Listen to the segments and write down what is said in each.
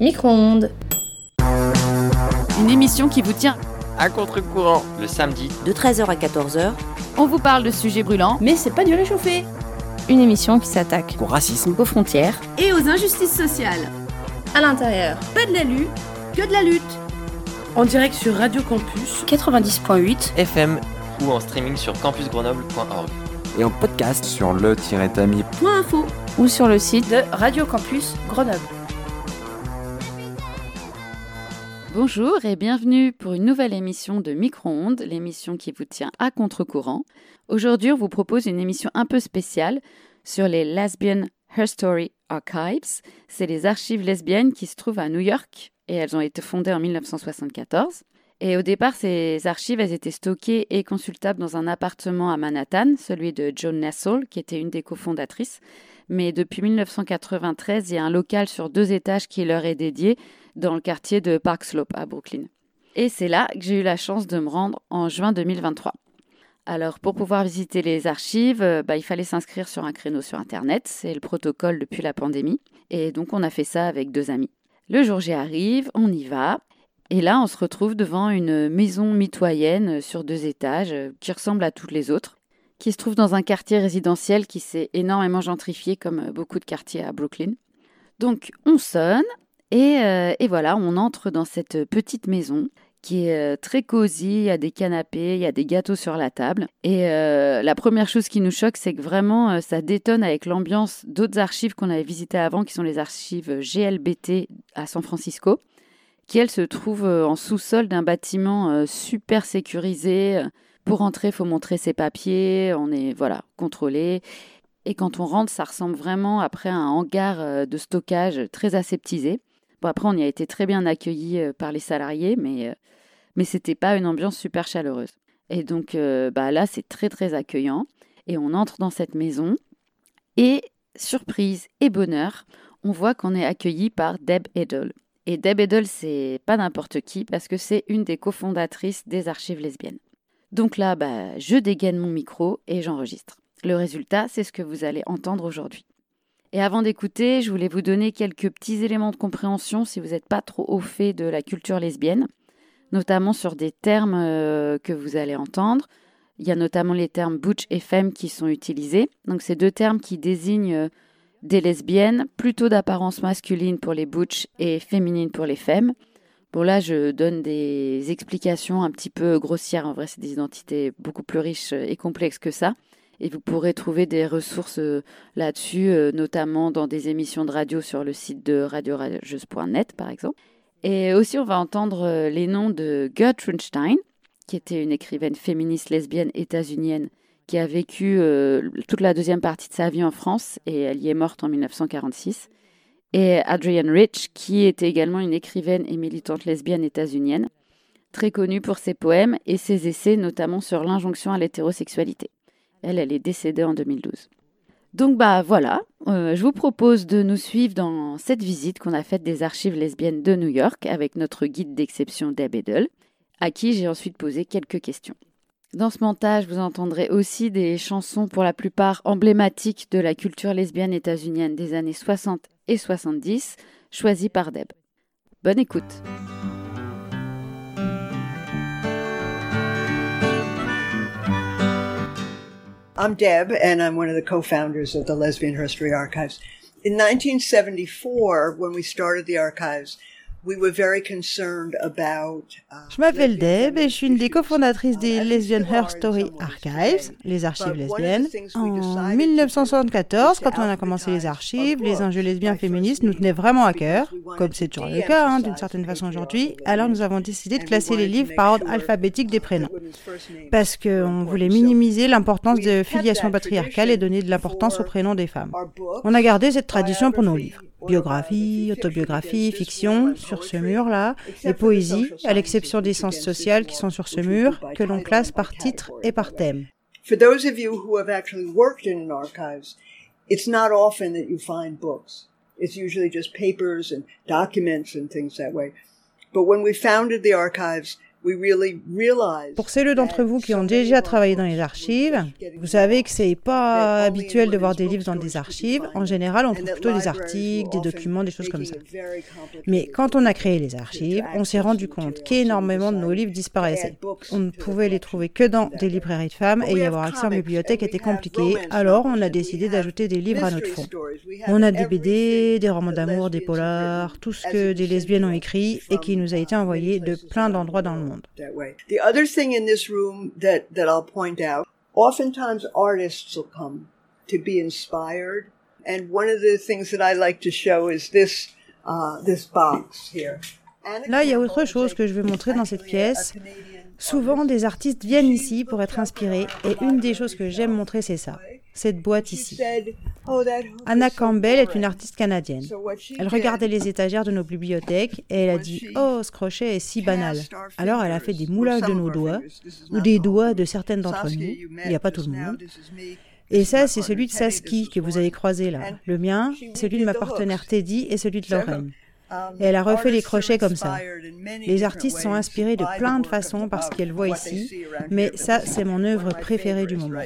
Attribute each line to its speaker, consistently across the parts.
Speaker 1: Micro-ondes.
Speaker 2: Une émission qui vous tient
Speaker 3: à contre-courant le samedi
Speaker 4: de 13h à 14h.
Speaker 2: On vous parle de sujets brûlants,
Speaker 1: mais c'est pas du réchauffé. Une émission qui s'attaque
Speaker 3: au racisme,
Speaker 1: aux frontières
Speaker 5: et aux injustices sociales.
Speaker 1: À l'intérieur,
Speaker 5: pas de la lutte, que de la lutte.
Speaker 6: En direct sur Radio Campus
Speaker 1: 90.8
Speaker 3: FM ou en streaming sur campusgrenoble.org.
Speaker 7: Et en podcast sur le-tami.info
Speaker 1: ou sur le site de Radio Campus Grenoble.
Speaker 2: Bonjour et bienvenue pour une nouvelle émission de Micro-ondes, l'émission qui vous tient à contre-courant. Aujourd'hui, on vous propose une émission un peu spéciale sur les Lesbian Herstory Archives. C'est les archives lesbiennes qui se trouvent à New York et elles ont été fondées en 1974. Et au départ, ces archives, elles étaient stockées et consultables dans un appartement à Manhattan, celui de Joan Nassau, qui était une des cofondatrices. Mais depuis 1993, il y a un local sur 2 étages qui leur est dédié dans le quartier de Park Slope à Brooklyn. Et c'est là que j'ai eu la chance de me rendre en juin 2023. Alors, pour pouvoir visiter les archives, il fallait s'inscrire sur un créneau sur Internet. C'est le protocole depuis la pandémie. Et donc, on a fait ça avec 2 amis. Le jour J arrive, on y va. Et là, on se retrouve devant une maison mitoyenne sur 2 étages qui ressemble à toutes les autres, qui se trouve dans un quartier résidentiel qui s'est énormément gentrifié comme beaucoup de quartiers à Brooklyn. Donc, on sonne et voilà, on entre dans cette petite maison qui est très cosy, il y a des canapés, il y a des gâteaux sur la table. Et la première chose qui nous choque, c'est que vraiment, ça détonne avec l'ambiance d'autres archives qu'on avait visitées avant, qui sont les archives GLBT à San Francisco, qui, elles, se trouvent en sous-sol d'un bâtiment super sécurisé. Pour entrer, il faut montrer ses papiers, on est contrôlé. Et quand on rentre, ça ressemble vraiment après à un hangar de stockage très aseptisé. Bon, après, on y a été très bien accueillis par les salariés, mais c'était pas une ambiance super chaleureuse. Et donc là, c'est très très accueillant. Et on entre dans cette maison et, surprise et bonheur, on voit qu'on est accueilli par Deb Edel. Et Deb Edel, c'est pas n'importe qui parce que c'est une des cofondatrices des archives lesbiennes. Donc là, je dégaine mon micro et j'enregistre. Le résultat, c'est ce que vous allez entendre aujourd'hui. Et avant d'écouter, je voulais vous donner quelques petits éléments de compréhension si vous n'êtes pas trop au fait de la culture lesbienne, notamment sur des termes que vous allez entendre. Il y a notamment les termes butch et femme qui sont utilisés. Donc, c'est 2 termes qui désignent des lesbiennes, plutôt d'apparence masculine pour les butch et féminine pour les femmes. Bon, là, je donne des explications un petit peu grossières. En vrai, c'est des identités beaucoup plus riches et complexes que ça. Et vous pourrez trouver des ressources là-dessus, notamment dans des émissions de radio sur le site de radiorageuse.net, par exemple. Et aussi, on va entendre les noms de Gertrude Stein, qui était une écrivaine féministe lesbienne états-unienne qui a vécu toute la 2e partie de sa vie en France, et elle y est morte en 1946. Et Adrienne Rich, qui était également une écrivaine et militante lesbienne états-unienne, très connue pour ses poèmes et ses essais, notamment sur l'injonction à l'hétérosexualité. Elle est décédée en 2012. Donc voilà, je vous propose de nous suivre dans cette visite qu'on a faite des archives lesbiennes de New York avec notre guide d'exception Deb Edel, à qui j'ai ensuite posé quelques questions. Dans ce montage, vous entendrez aussi des chansons pour la plupart emblématiques de la culture lesbienne états-unienne des années 60 et 70, choisies par Deb. Bonne écoute.
Speaker 8: I'm Deb, and I'm one of the co-founders of the Lesbian Herstory Archives. In 1974, when we started the archives, we were very concerned about...
Speaker 9: Je m'appelle Deb et je suis une des cofondatrices des Lesbian Herstory Archives, les archives lesbiennes. En 1974, quand on a commencé les archives, les enjeux lesbiens féministes nous tenaient vraiment à cœur, comme c'est toujours le cas d'une certaine façon aujourd'hui. Alors nous avons décidé de classer les livres par ordre alphabétique des prénoms, parce qu'on voulait minimiser l'importance de filiation patriarcale et donner de l'importance aux prénoms des femmes. On a gardé cette tradition pour nos livres. Biographie, autobiographie, fiction, sur ce mur-là, et poésie, à l'exception des sciences sociales qui sont sur ce mur, que l'on classe par titre et par thème.
Speaker 8: For those of you who have actually worked in an archives, it's not often that you find books. It's usually just papers and documents and things that way. But when we founded the archives,
Speaker 9: Pour celles d'entre vous qui ont déjà travaillé dans les archives, vous savez que c'est pas habituel de voir des livres dans des archives. En général, on trouve plutôt des articles, des documents, des choses comme ça. Mais quand on a créé les archives, on s'est rendu compte qu'énormément de nos livres disparaissaient. On ne pouvait les trouver que dans des librairies de femmes et y avoir accès en bibliothèque était compliqué. Alors, on a décidé d'ajouter des livres à notre fonds. On a des BD, des romans d'amour, des polars, tout ce que des lesbiennes ont écrit et qui nous a été envoyé de plein d'endroits dans le monde.
Speaker 8: The other thing in this room that I'll point out, oftentimes artists will come to be inspired, and one of the things that I like to show is this box here.
Speaker 9: Là, il y a autre chose que je veux montrer dans cette pièce. Souvent, des artistes viennent ici pour être inspirés, et une des choses que j'aime montrer, c'est ça, cette boîte ici. Anna Campbell est une artiste canadienne. Elle regardait les étagères de nos bibliothèques et elle a dit « Oh, ce crochet est si banal ». Alors elle a fait des moulages de nos doigts, ou des doigts de certaines d'entre nous, il n'y a pas tout le monde. Et ça, c'est celui de Saskia que vous avez croisé là. Le mien, celui de ma partenaire Teddy et celui de Lorraine. Et elle a refait les crochets comme ça. Les artistes sont inspirés de plein de façons par ce qu'elles voient ici, mais ça, c'est mon œuvre préférée du moment.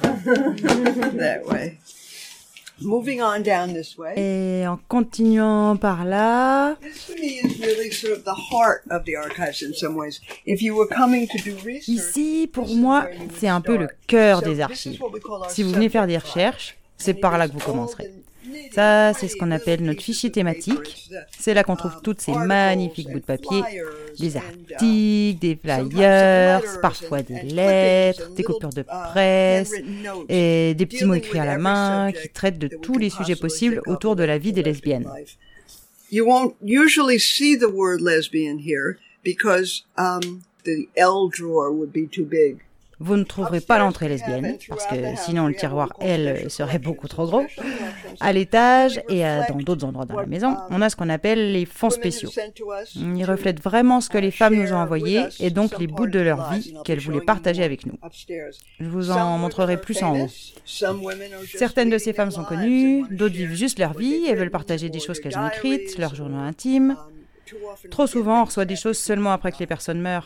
Speaker 9: Et en continuant par là... Ici, pour moi, c'est un peu le cœur des archives. Si vous venez faire des recherches, c'est par là que vous commencerez. Ça, c'est ce qu'on appelle notre fichier thématique. C'est là qu'on trouve toutes ces magnifiques bouts de papier, des articles, des flyers, parfois des lettres, des coupures de presse et des petits mots écrits à la main qui traitent de tous les sujets possibles autour de la vie des lesbiennes.
Speaker 8: You won't usually see the word lesbian here because the L drawer would be too big.
Speaker 9: Vous ne trouverez pas l'entrée lesbienne, parce que sinon le tiroir L serait beaucoup trop gros. À l'étage et dans d'autres endroits dans la maison, on a ce qu'on appelle les fonds spéciaux. Ils reflètent vraiment ce que les femmes nous ont envoyé et donc les bouts de leur vie qu'elles voulaient partager avec nous. Je vous en montrerai plus en haut. Certaines de ces femmes sont connues, d'autres vivent juste leur vie et veulent partager des choses qu'elles ont écrites, leurs journaux intimes. Trop souvent, on reçoit des choses seulement après que les personnes meurent.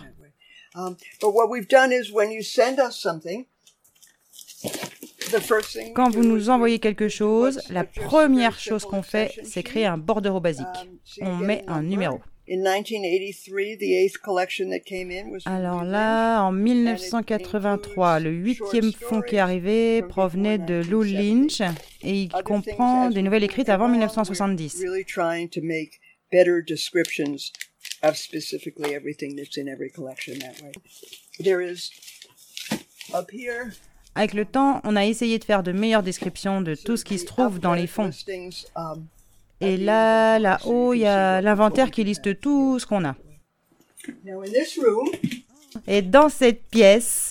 Speaker 9: Quand vous nous envoyez quelque chose, la première chose qu'on fait, c'est créer un bordereau basique. On met un numéro. Alors là, en 1983, le 8e fonds qui est arrivé provenait de Lou Lynch et il comprend des nouvelles écrites avant 1970.
Speaker 8: Of specifically everything that's in every collection that way. There is up here.
Speaker 9: Avec le temps, on a essayé de faire de meilleures descriptions de tout ce qui se trouve dans les fonds. Et là-haut, il y a l'inventaire qui liste tout ce qu'on a. Et dans cette pièce,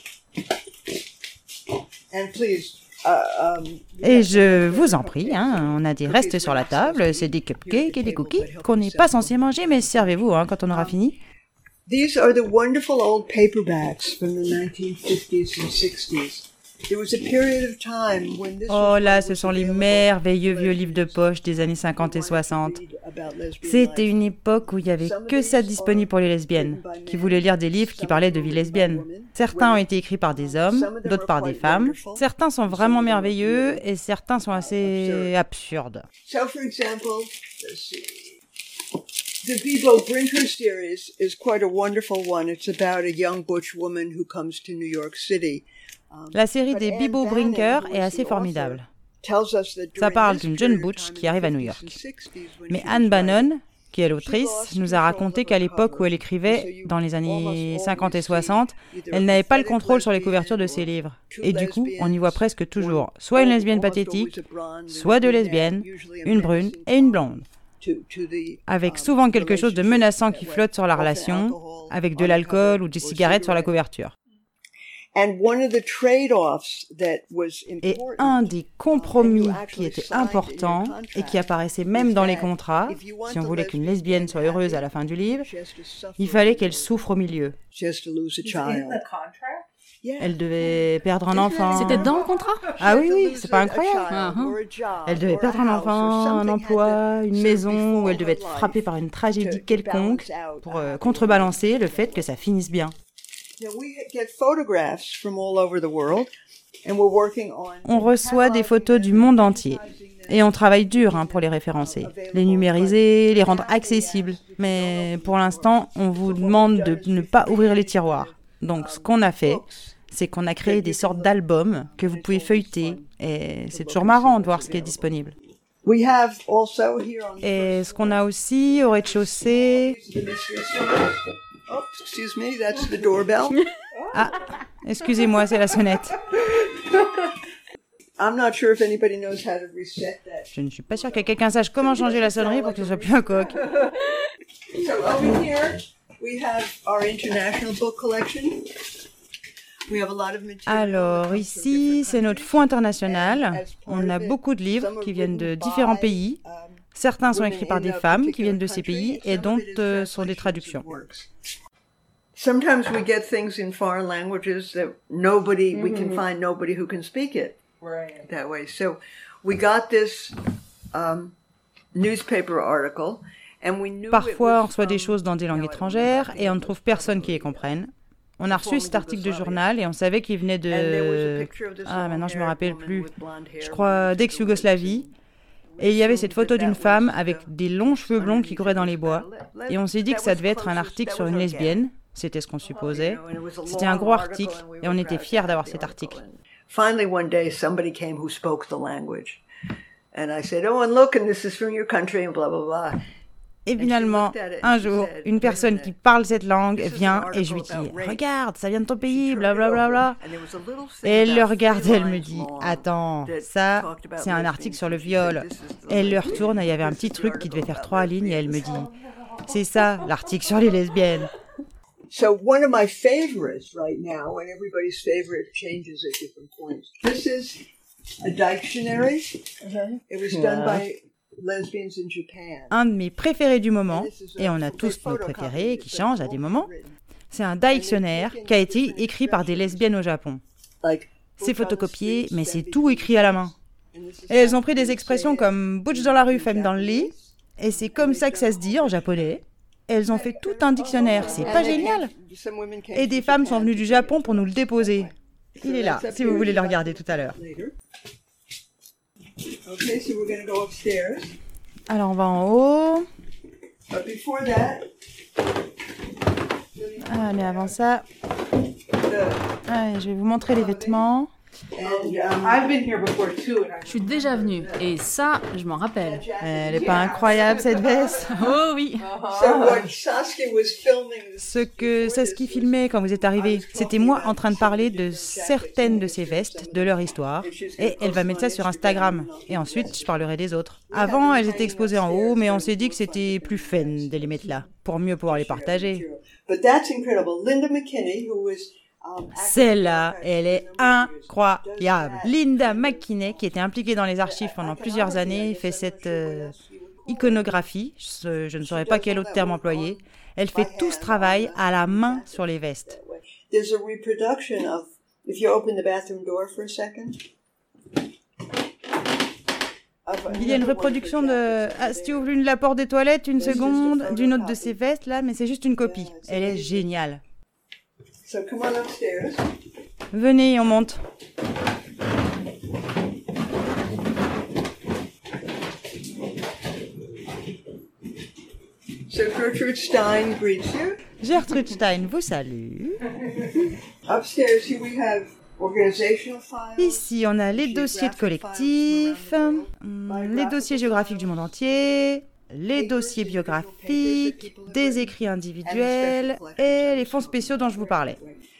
Speaker 9: et je vous en prie, on a des restes sur la table, c'est des cupcakes et des cookies qu'on n'est pas censé manger, mais servez-vous quand on aura fini.
Speaker 8: These are the wonderful old paperbacks from the 1950s and 60s.
Speaker 9: Oh là, ce sont les merveilleux vieux livres de poche des années 50 et 60. C'était une époque où il n'y avait que ça disponible pour les lesbiennes, qui voulaient lire des livres qui parlaient de vie lesbienne. Certains ont été écrits par des hommes, d'autres par des femmes. Certains sont vraiment merveilleux et certains sont assez absurdes.
Speaker 8: The Bibo Brinker series is quite a wonderful one. It's about a young butch woman who comes to New York City.
Speaker 9: La série des Bibo Brinker est assez formidable. Ça parle d'une jeune butch qui arrive à New York. Mais Anne Bannon, qui est l'autrice, nous a raconté qu'à l'époque où elle écrivait, dans les années 50 et 60, elle n'avait pas le contrôle sur les couvertures de ses livres. Et du coup, on y voit presque toujours soit une lesbienne pathétique, soit deux lesbiennes, une brune et une blonde. Avec souvent quelque chose de menaçant qui flotte sur la relation, avec de l'alcool ou des cigarettes sur la couverture. Et un des compromis qui était important et qui apparaissait même dans les contrats, si on voulait qu'une lesbienne soit heureuse à la fin du livre, il fallait qu'elle souffre au milieu. Elle devait perdre un enfant.
Speaker 1: C'était dans le contrat?
Speaker 9: Ah oui, c'est pas incroyable. Elle devait perdre un enfant, un emploi, une maison, ou elle devait être frappée par une tragédie quelconque pour contrebalancer le fait que ça finisse bien. On reçoit des photos du monde entier. Et on travaille dur pour les référencer, les numériser, les rendre accessibles. Mais pour l'instant, on vous demande de ne pas ouvrir les tiroirs. Donc ce qu'on a fait, c'est qu'on a créé des sortes d'albums que vous pouvez feuilleter. Et c'est toujours marrant de voir ce qui est disponible. Et ce qu'on a aussi au rez-de-chaussée... Ah, excusez-moi, c'est la sonnette. Je ne suis pas sûre que quelqu'un sache comment changer la sonnerie pour que ce soit plus un coq. Alors ici, c'est notre fonds international. On a beaucoup de livres qui viennent de différents pays. Certains sont écrits par des femmes qui viennent de ces pays et d'autres sont des traductions.
Speaker 8: Sometimes we get things in foreign languages that we can find nobody who can speak it that way. So we got this newspaper article.
Speaker 9: Parfois, on reçoit des choses dans des langues étrangères et on ne trouve personne qui les comprenne. On a reçu cet article de journal et on savait qu'il venait de... Ah, maintenant je ne me rappelle plus. Je crois d'ex-Yougoslavie. Et il y avait cette photo d'une femme avec des longs cheveux blonds qui couraient dans les bois. Et on s'est dit que ça devait être un article sur une lesbienne. C'était ce qu'on supposait. C'était un gros article et on était fiers d'avoir cet article.
Speaker 8: Finally, one day, somebody came who spoke the language. And I said, oh, and look, and this is from your country, and blah, blah, blah.
Speaker 9: Et finalement, un jour, une personne qui parle cette langue vient et je lui dis « Regarde, ça vient de ton pays, blablabla. Bla, bla. » Et elle le regarde et elle me dit « Attends, ça, c'est un article sur le viol. » Et elle le retourne et il y avait un petit truc qui devait faire 3 lignes et elle me dit « C'est ça, l'article sur les lesbiennes. »
Speaker 8: So one of my favorites right now, and everybody's favorite changes at different points. This is a dictionary. It was done by lesbians in Japan.
Speaker 9: Un de mes préférés du moment, et on a tous nos préférés qui changent à des moments, c'est un dictionnaire qui a été écrit par des lesbiennes au Japon. C'est photocopié, mais c'est tout écrit à la main. Et elles ont pris des expressions comme « butch dans la rue, femme dans le lit », et c'est comme ça que ça se dit en japonais. Elles ont fait tout un dictionnaire, c'est pas génial? Et des femmes sont venues du Japon pour nous le déposer. Il est là, si vous voulez le regarder tout à l'heure. Alors on va en haut. Ah, mais avant ça, je vais vous montrer les vêtements.
Speaker 1: Je suis déjà venue et ça, je m'en rappelle.
Speaker 9: Elle est pas incroyable cette veste?
Speaker 1: Oh oui.
Speaker 9: Ce que Saskia filmait quand vous êtes arrivés, c'était moi en train de parler de certaines de ces vestes, de leur histoire, et elle va mettre ça sur Instagram. Et ensuite, je parlerai des autres. Avant, elles étaient exposées en haut, mais on s'est dit que c'était plus fun de les mettre là, pour mieux pouvoir les partager. Celle-là, elle est incroyable. Linda McKinney, qui était impliquée dans les archives pendant plusieurs années, fait cette iconographie. Je ne saurais pas quel autre terme employer. Elle fait tout ce travail à la main sur les vestes. Il y a une reproduction de... Ah, si tu ouvres la porte des toilettes, une seconde, d'une autre de ces vestes, là, mais c'est juste une copie. Elle est géniale.
Speaker 8: So come on upstairs.
Speaker 9: Venez, on monte.
Speaker 8: So Gertrude Stein greets you.
Speaker 9: Gertrude Stein vous salue.
Speaker 8: Upstairs here we have organizational files.
Speaker 9: Ici, on a les dossiers de collectif, les dossiers géographiques du monde entier, les dossiers biographiques, des écrits individuels et les fonds spéciaux dont je vous parlais.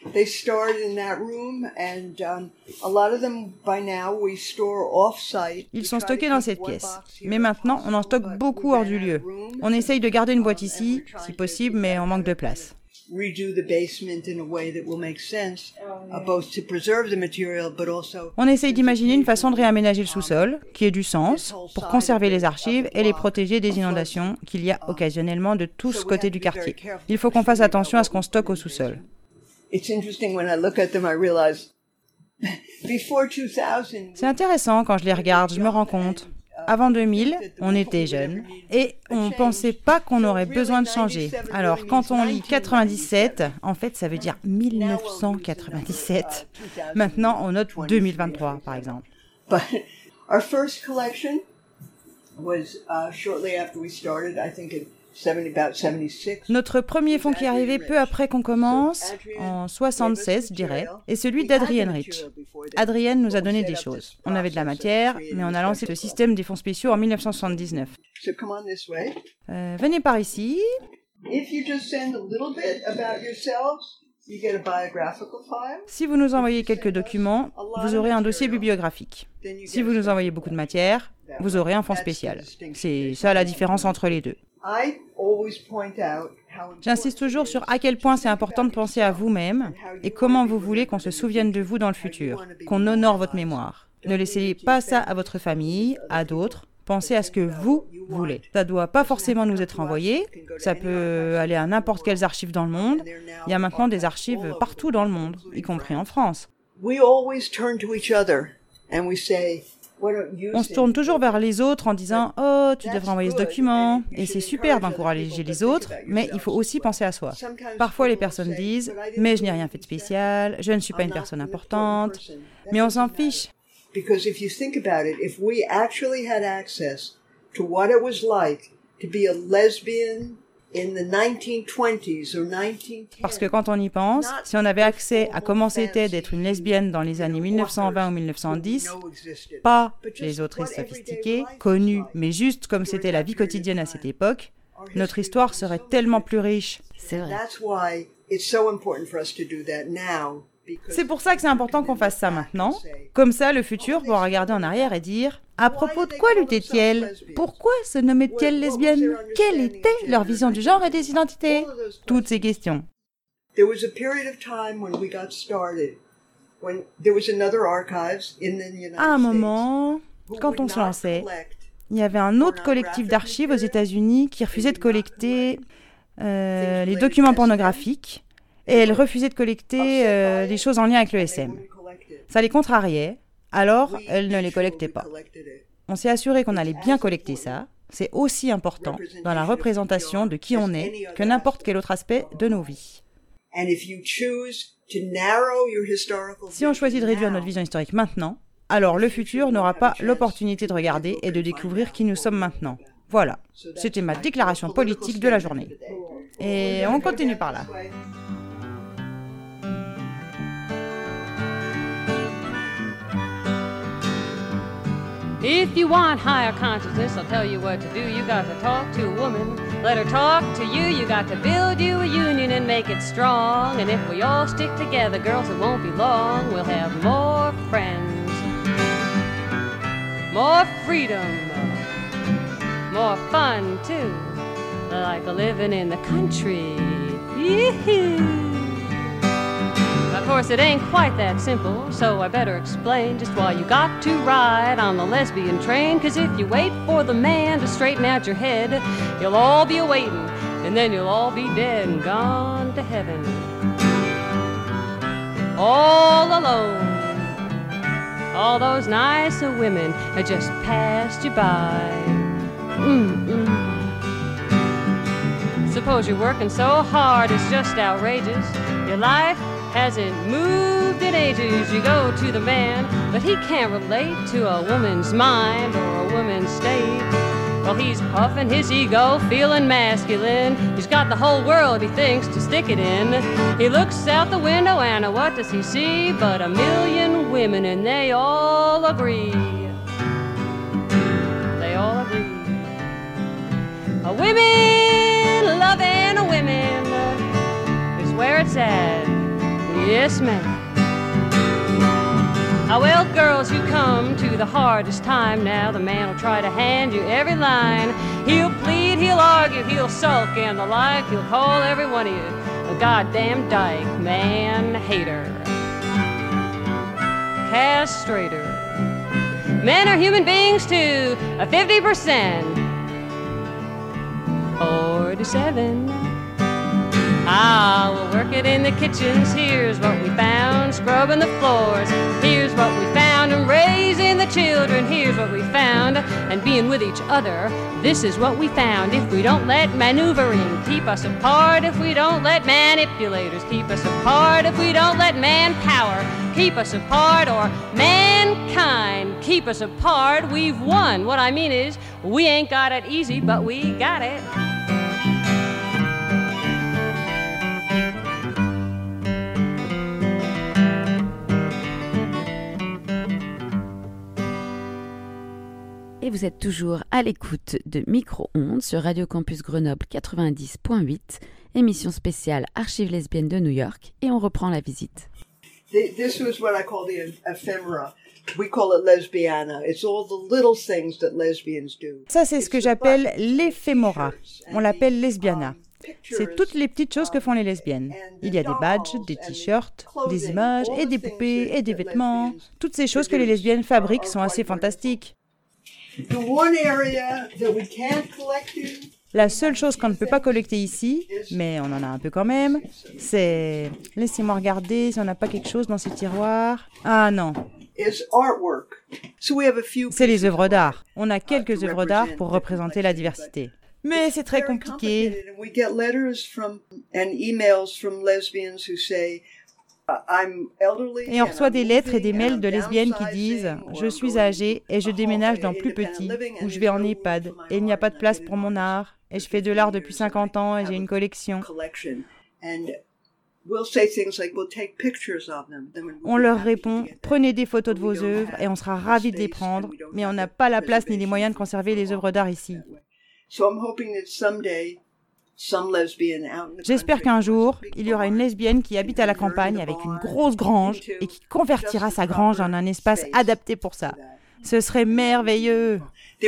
Speaker 9: Ils sont stockés dans cette pièce, mais maintenant on en stocke beaucoup hors du lieu. On essaye de garder une boîte ici, si possible, mais on manque de place. On essaye d'imaginer une façon de réaménager le sous-sol, qui ait du sens, pour conserver les archives et les protéger des inondations qu'il y a occasionnellement de tous côtés du quartier. Il faut qu'on fasse attention à ce qu'on stocke au sous-sol.
Speaker 8: it's interesting when I look at them, I realize before 2000.
Speaker 9: C'est intéressant quand je les regarde, je me rends compte. Avant 2000, on était jeunes et on ne pensait pas qu'on aurait besoin de changer. Alors, quand on lit 97, en fait, ça veut dire 1997. Maintenant, on note 2023, par exemple.
Speaker 8: But our first collection was shortly after we started, I think in about 76.
Speaker 9: Notre premier fonds qui est arrivé peu après qu'on commence, en 76, je dirais, est celui d'Adrienne Rich. Adrienne nous a donné des choses. On avait de la matière, mais on a lancé le système des fonds spéciaux en 1979. Venez par ici. Si vous nous envoyez quelques documents, vous aurez un dossier bibliographique. Si vous nous envoyez beaucoup de matière, vous aurez un fonds spécial. C'est ça la différence entre les deux. J'insiste toujours sur à quel point c'est important de penser à vous-même et comment vous voulez qu'on se souvienne de vous dans le futur, qu'on honore votre mémoire. Ne laissez pas ça à votre famille, à d'autres. Pensez à ce que vous voulez. Ça ne doit pas forcément nous être envoyé. Ça peut aller à n'importe quelles archives dans le monde. Il y a maintenant des archives partout dans le monde, y compris en France. On se tourne toujours vers les autres en disant « Oh, tu devrais envoyer ce document ». Et c'est super d'encourager les autres, mais il faut aussi penser à soi. Parfois, les personnes disent « Mais je n'ai rien fait de spécial, je ne suis pas une personne importante ». Mais on s'en fiche.
Speaker 8: Because if you think about it, if we actually had access to what it was like to be a lesbian in the 1920s or 1910s.
Speaker 9: Parce que quand on y pense, si on avait accès à comment c'était d'être une lesbienne dans les années 1920 ou 1910, pas les autrices sophistiquées, connues, mais juste comme c'était la vie quotidienne à cette époque, notre histoire serait tellement plus riche.
Speaker 2: C'est vrai.
Speaker 9: C'est pour ça que c'est important qu'on fasse ça maintenant. Comme ça, le futur pourra regarder en arrière et dire « À propos de quoi luttaient-elles ? Pourquoi se nommaient-elles lesbiennes ? Quelle était leur vision du genre et des identités ?» Toutes ces questions. À un moment, quand on se lançait, il y avait un autre collectif d'archives aux États-Unis qui refusait de collecter les documents pornographiques. Et elle refusait de collecter des choses en lien avec le SM. Ça les contrariait, alors elle ne les collectait pas. On s'est assuré qu'on allait bien collecter ça. C'est aussi important dans la représentation de qui on est que n'importe quel autre aspect de nos vies. Si on choisit de réduire notre vision historique maintenant, alors le futur n'aura pas l'opportunité de regarder et de découvrir qui nous sommes maintenant. Voilà, c'était ma déclaration politique de la journée. Et on continue par là.
Speaker 4: If you want higher consciousness, I'll tell you what to do. You got to talk to a woman, let her talk to you. You got to build you a union and make it strong. And if we all stick together, girls, it won't be long. We'll have more friends, more freedom, more fun too, like living in the country. Yee-hoo. Of course, it ain't quite that simple, so I better explain just why you got to ride on the lesbian train. 'Cause if you wait for the man to straighten out your head, you'll all be a-waitin', and then you'll all be dead and gone to heaven. All alone. All those nice women that just passed you by. Suppose you're working so hard, it's just outrageous. Your life hasn't moved in ages. You go to the man, but he can't relate to a woman's mind or a woman's state. Well, he's puffing his ego, feeling masculine. He's got the whole world, he thinks, to stick it in. He looks out the window and what does he see? But a million women, and they all agree. They all agree. Women loving women is where it's at. Yes, ma'am. Well, girls, you come to the hardest time now. The man will try to hand you every line. He'll plead, he'll argue, he'll sulk and the like. He'll call every one of you a goddamn dyke, man hater, castrator. Men are human beings too, 50%. 47. Ah, we'll work it in the kitchens. Here's what we found, scrubbing the floors. Here's what we found, and raising the children. Here's what we found, and being with each other. This is what we found. If we don't let maneuvering keep us apart, if we don't let manipulators keep us apart, if we don't let manpower keep us apart, or mankind keep us apart, we've won. What I mean is, we ain't got it easy, but we got it.
Speaker 2: Et vous êtes toujours à l'écoute de Micro-ondes sur Radio Campus Grenoble 90.8, émission spéciale Archives lesbiennes de New York, et on reprend la visite.
Speaker 8: This was what I call the ephemera. We call it lesbiana. It's all the little things that lesbians do.
Speaker 9: Ça, c'est ce que j'appelle l'éphémora. On l'appelle lesbiana. C'est toutes les petites choses que font les lesbiennes. Il y a des badges, des t-shirts, des images, et des poupées, et des vêtements. Toutes ces choses que les lesbiennes fabriquent sont assez fantastiques. La seule chose qu'on ne peut pas collecter ici, mais on en a un peu quand même, c'est... Laissez-moi regarder si on n'a pas quelque chose dans ces tiroirs. Ah non. C'est les œuvres d'art. On a quelques œuvres d'art pour représenter la diversité. Mais c'est très compliqué. Et on reçoit des lettres et des mails de lesbiennes qui disent « Je suis âgée et je déménage dans plus petit, ou je vais en EHPAD, et il n'y a pas de place pour mon art, et je fais de l'art depuis 50 ans et j'ai une collection. » On leur répond « Prenez des photos de vos œuvres et on sera ravis de les prendre, mais on n'a pas la place ni les moyens de conserver les œuvres d'art ici. » J'espère qu'un jour, il y aura une lesbienne qui habite à la campagne avec une grosse grange et qui convertira sa grange en un espace adapté pour ça. Ce serait merveilleux.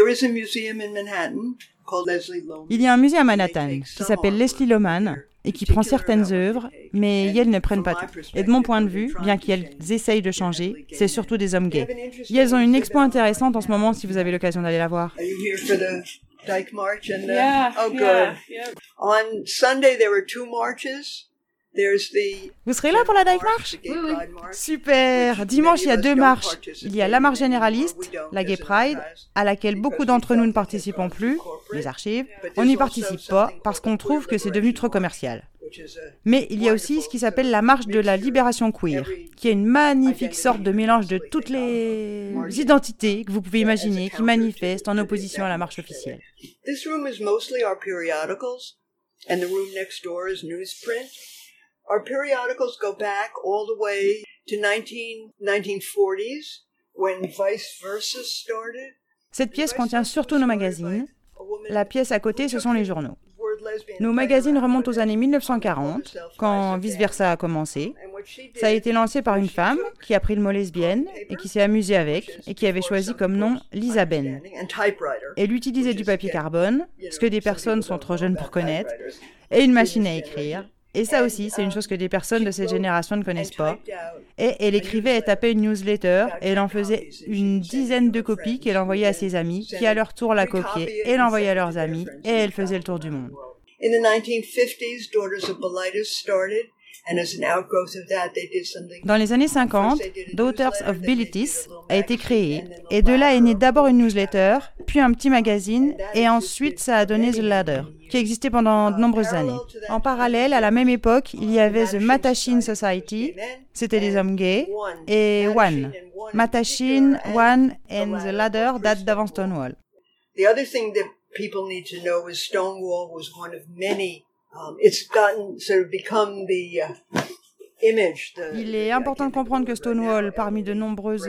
Speaker 9: Il y a un musée à Manhattan qui s'appelle Leslie Lohman et qui prend certaines œuvres, mais elles ne prennent pas tout. Et de mon point de vue, bien qu'elles essayent de changer, c'est surtout des hommes gays. Et elles ont une expo intéressante en ce moment si vous avez l'occasion d'aller la voir.
Speaker 8: Dyke March and good. On Sunday there were 2 marches.
Speaker 9: Vous serez là pour la Dyke March ?
Speaker 1: Oui, oui.
Speaker 9: Super. Dimanche, il y a 2 marches. Il y a la marche généraliste, la Gay Pride, à laquelle beaucoup d'entre nous ne participons plus, les archives. On n'y participe pas parce qu'on trouve que c'est devenu trop commercial. Mais il y a aussi ce qui s'appelle la marche de la libération queer, qui est une magnifique sorte de mélange de toutes les identités que vous pouvez imaginer, qui manifestent en opposition à la marche officielle.
Speaker 8: This room is mostly our periodicals, and the room next door is newsprint. Our periodicals go back all the way to 1940s, when Vice Versa started.
Speaker 9: Cette pièce contient surtout nos magazines. La pièce à côté, ce sont les journaux. Nos magazines remontent aux années 1940, quand Vice Versa a commencé. Ça a été lancé par une femme qui a pris le mot lesbienne et qui s'est amusée avec et qui avait choisi comme nom Lisa Ben. Elle utilisait du papier carbone, ce que des personnes sont trop jeunes pour connaître, et une machine à écrire. Et ça aussi, c'est une chose que des personnes de cette génération ne connaissent pas. Et elle écrivait et tapait une newsletter, et elle en faisait une dizaine de copies qu'elle envoyait à ses amis, qui à leur tour la copiaient, et l'envoyaient à leurs amis, et elle faisait le tour du monde.
Speaker 8: In the 1950s, Daughters of Bilitis started, and as an outgrowth of that, they did something.
Speaker 9: Dans les années 50, Daughters of Bilitis a été créé, et de là est née d'abord une newsletter, puis un petit magazine, et ensuite ça a donné The Ladder, qui existait pendant de nombreuses années. En parallèle, à la même époque, il y avait The Mattachine Society, c'était des hommes gays, et One. Mattachine, One and The Ladder datent d'avant Stonewall.
Speaker 8: The other thing that people need to know is Stonewall was one of many. It's gotten sort of become the image.
Speaker 9: Il est important de comprendre que Stonewall, parmi de nombreuses,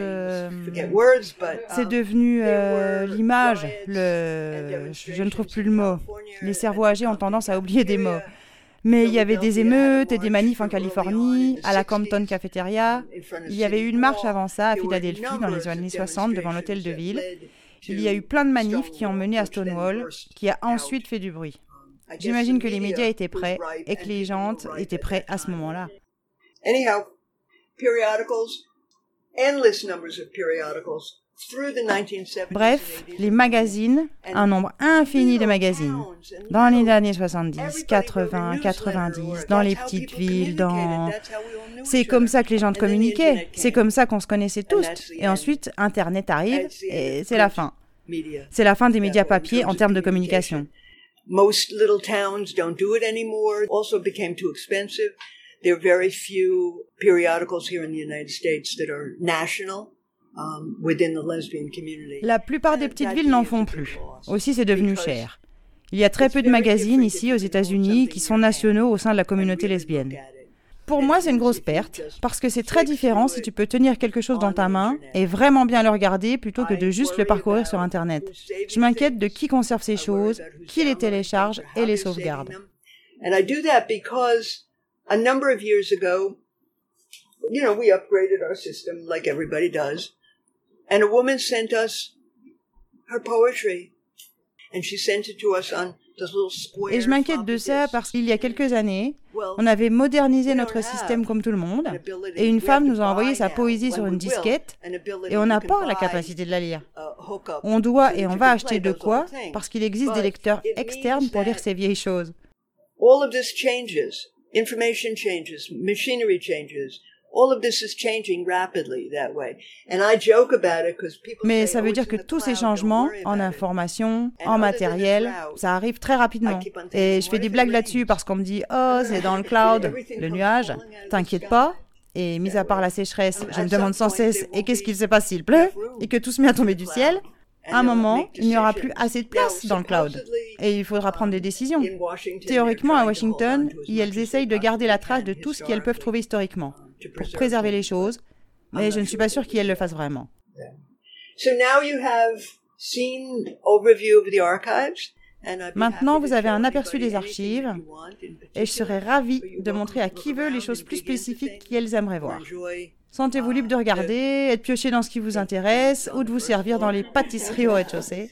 Speaker 9: c'est devenu l'image. Je ne trouve plus le mot. Les cerveaux âgés ont tendance à oublier des mots. Mais il y avait des émeutes et des manifs en Californie, à la Compton Cafeteria. Il y avait eu une marche avant ça à Philadelphie dans les années 60 devant l'hôtel de ville. Il y a eu plein de manifs qui ont mené à Stonewall, qui a ensuite fait du bruit. J'imagine que les médias étaient prêts et que les gens étaient prêts à ce moment-là.
Speaker 8: Anyhow, periodicals, endless numbers of periodicals.
Speaker 9: Bref, les magazines, un nombre infini de magazines. Dans les années 70, 80, 90, dans les petites villes, C'est comme ça que les gens communiquaient, c'est comme ça qu'on se connaissait tous. Et ensuite, Internet arrive et c'est la fin. C'est la fin des médias papier en termes de communication.
Speaker 8: Most little towns don't do it anymore. Also became too expensive. There are very few periodicals here in the United States that are national. Within the lesbian community.
Speaker 9: La plupart des petites villes n'en font plus. Aussi, c'est devenu cher. Il y a très peu de magazines ici aux États-Unis qui sont nationaux au sein de la communauté lesbienne. Pour moi, c'est une grosse perte, parce que c'est très différent si tu peux tenir quelque chose dans ta main et vraiment bien le regarder plutôt que de juste le parcourir sur Internet. Je m'inquiète de qui conserve ces choses, qui les télécharge et les sauvegarde.
Speaker 8: And I do that because a number of years ago, we upgraded our system like everybody does. And a woman sent us her poetry. And she sent it to us on this little square.
Speaker 9: Et je m'inquiète de ça parce qu'il y a quelques années, on avait modernisé notre système comme tout le monde, et une femme nous a envoyé sa poésie sur une disquette, et on n'a pas la capacité de la lire. On doit et on va acheter de quoi, parce qu'il existe des lecteurs externes pour lire ces vieilles choses.
Speaker 8: All of this changes. Information changes. Machinery changes. All of this is changing rapidly that way. And I joke about it because people
Speaker 9: Mais ça veut dire que tous ces changements en information, en matériel, ça arrive très rapidement. Et je fais des blagues là-dessus parce qu'on me dit « Oh, c'est dans le cloud, le nuage, t'inquiète pas ». Et mis à part la sécheresse, je me demande sans cesse « Et qu'est-ce qu'il se passe s'il pleut ?» et que tout se met à tomber du ciel. À un moment, il n'y aura plus assez de place dans le cloud. Et il faudra prendre des décisions. Théoriquement, à Washington, elles essayent de garder la trace de tout ce qu'elles peuvent trouver historiquement, pour préserver les choses, mais je ne suis pas sûre qu'elles le fassent vraiment. Maintenant, vous avez un aperçu des archives, et je serais ravie de montrer à qui veut les choses plus spécifiques qu'elles aimeraient voir. Sentez-vous libre de regarder, et de piocher dans ce qui vous intéresse, ou de vous servir dans les pâtisseries au rez-de-chaussée.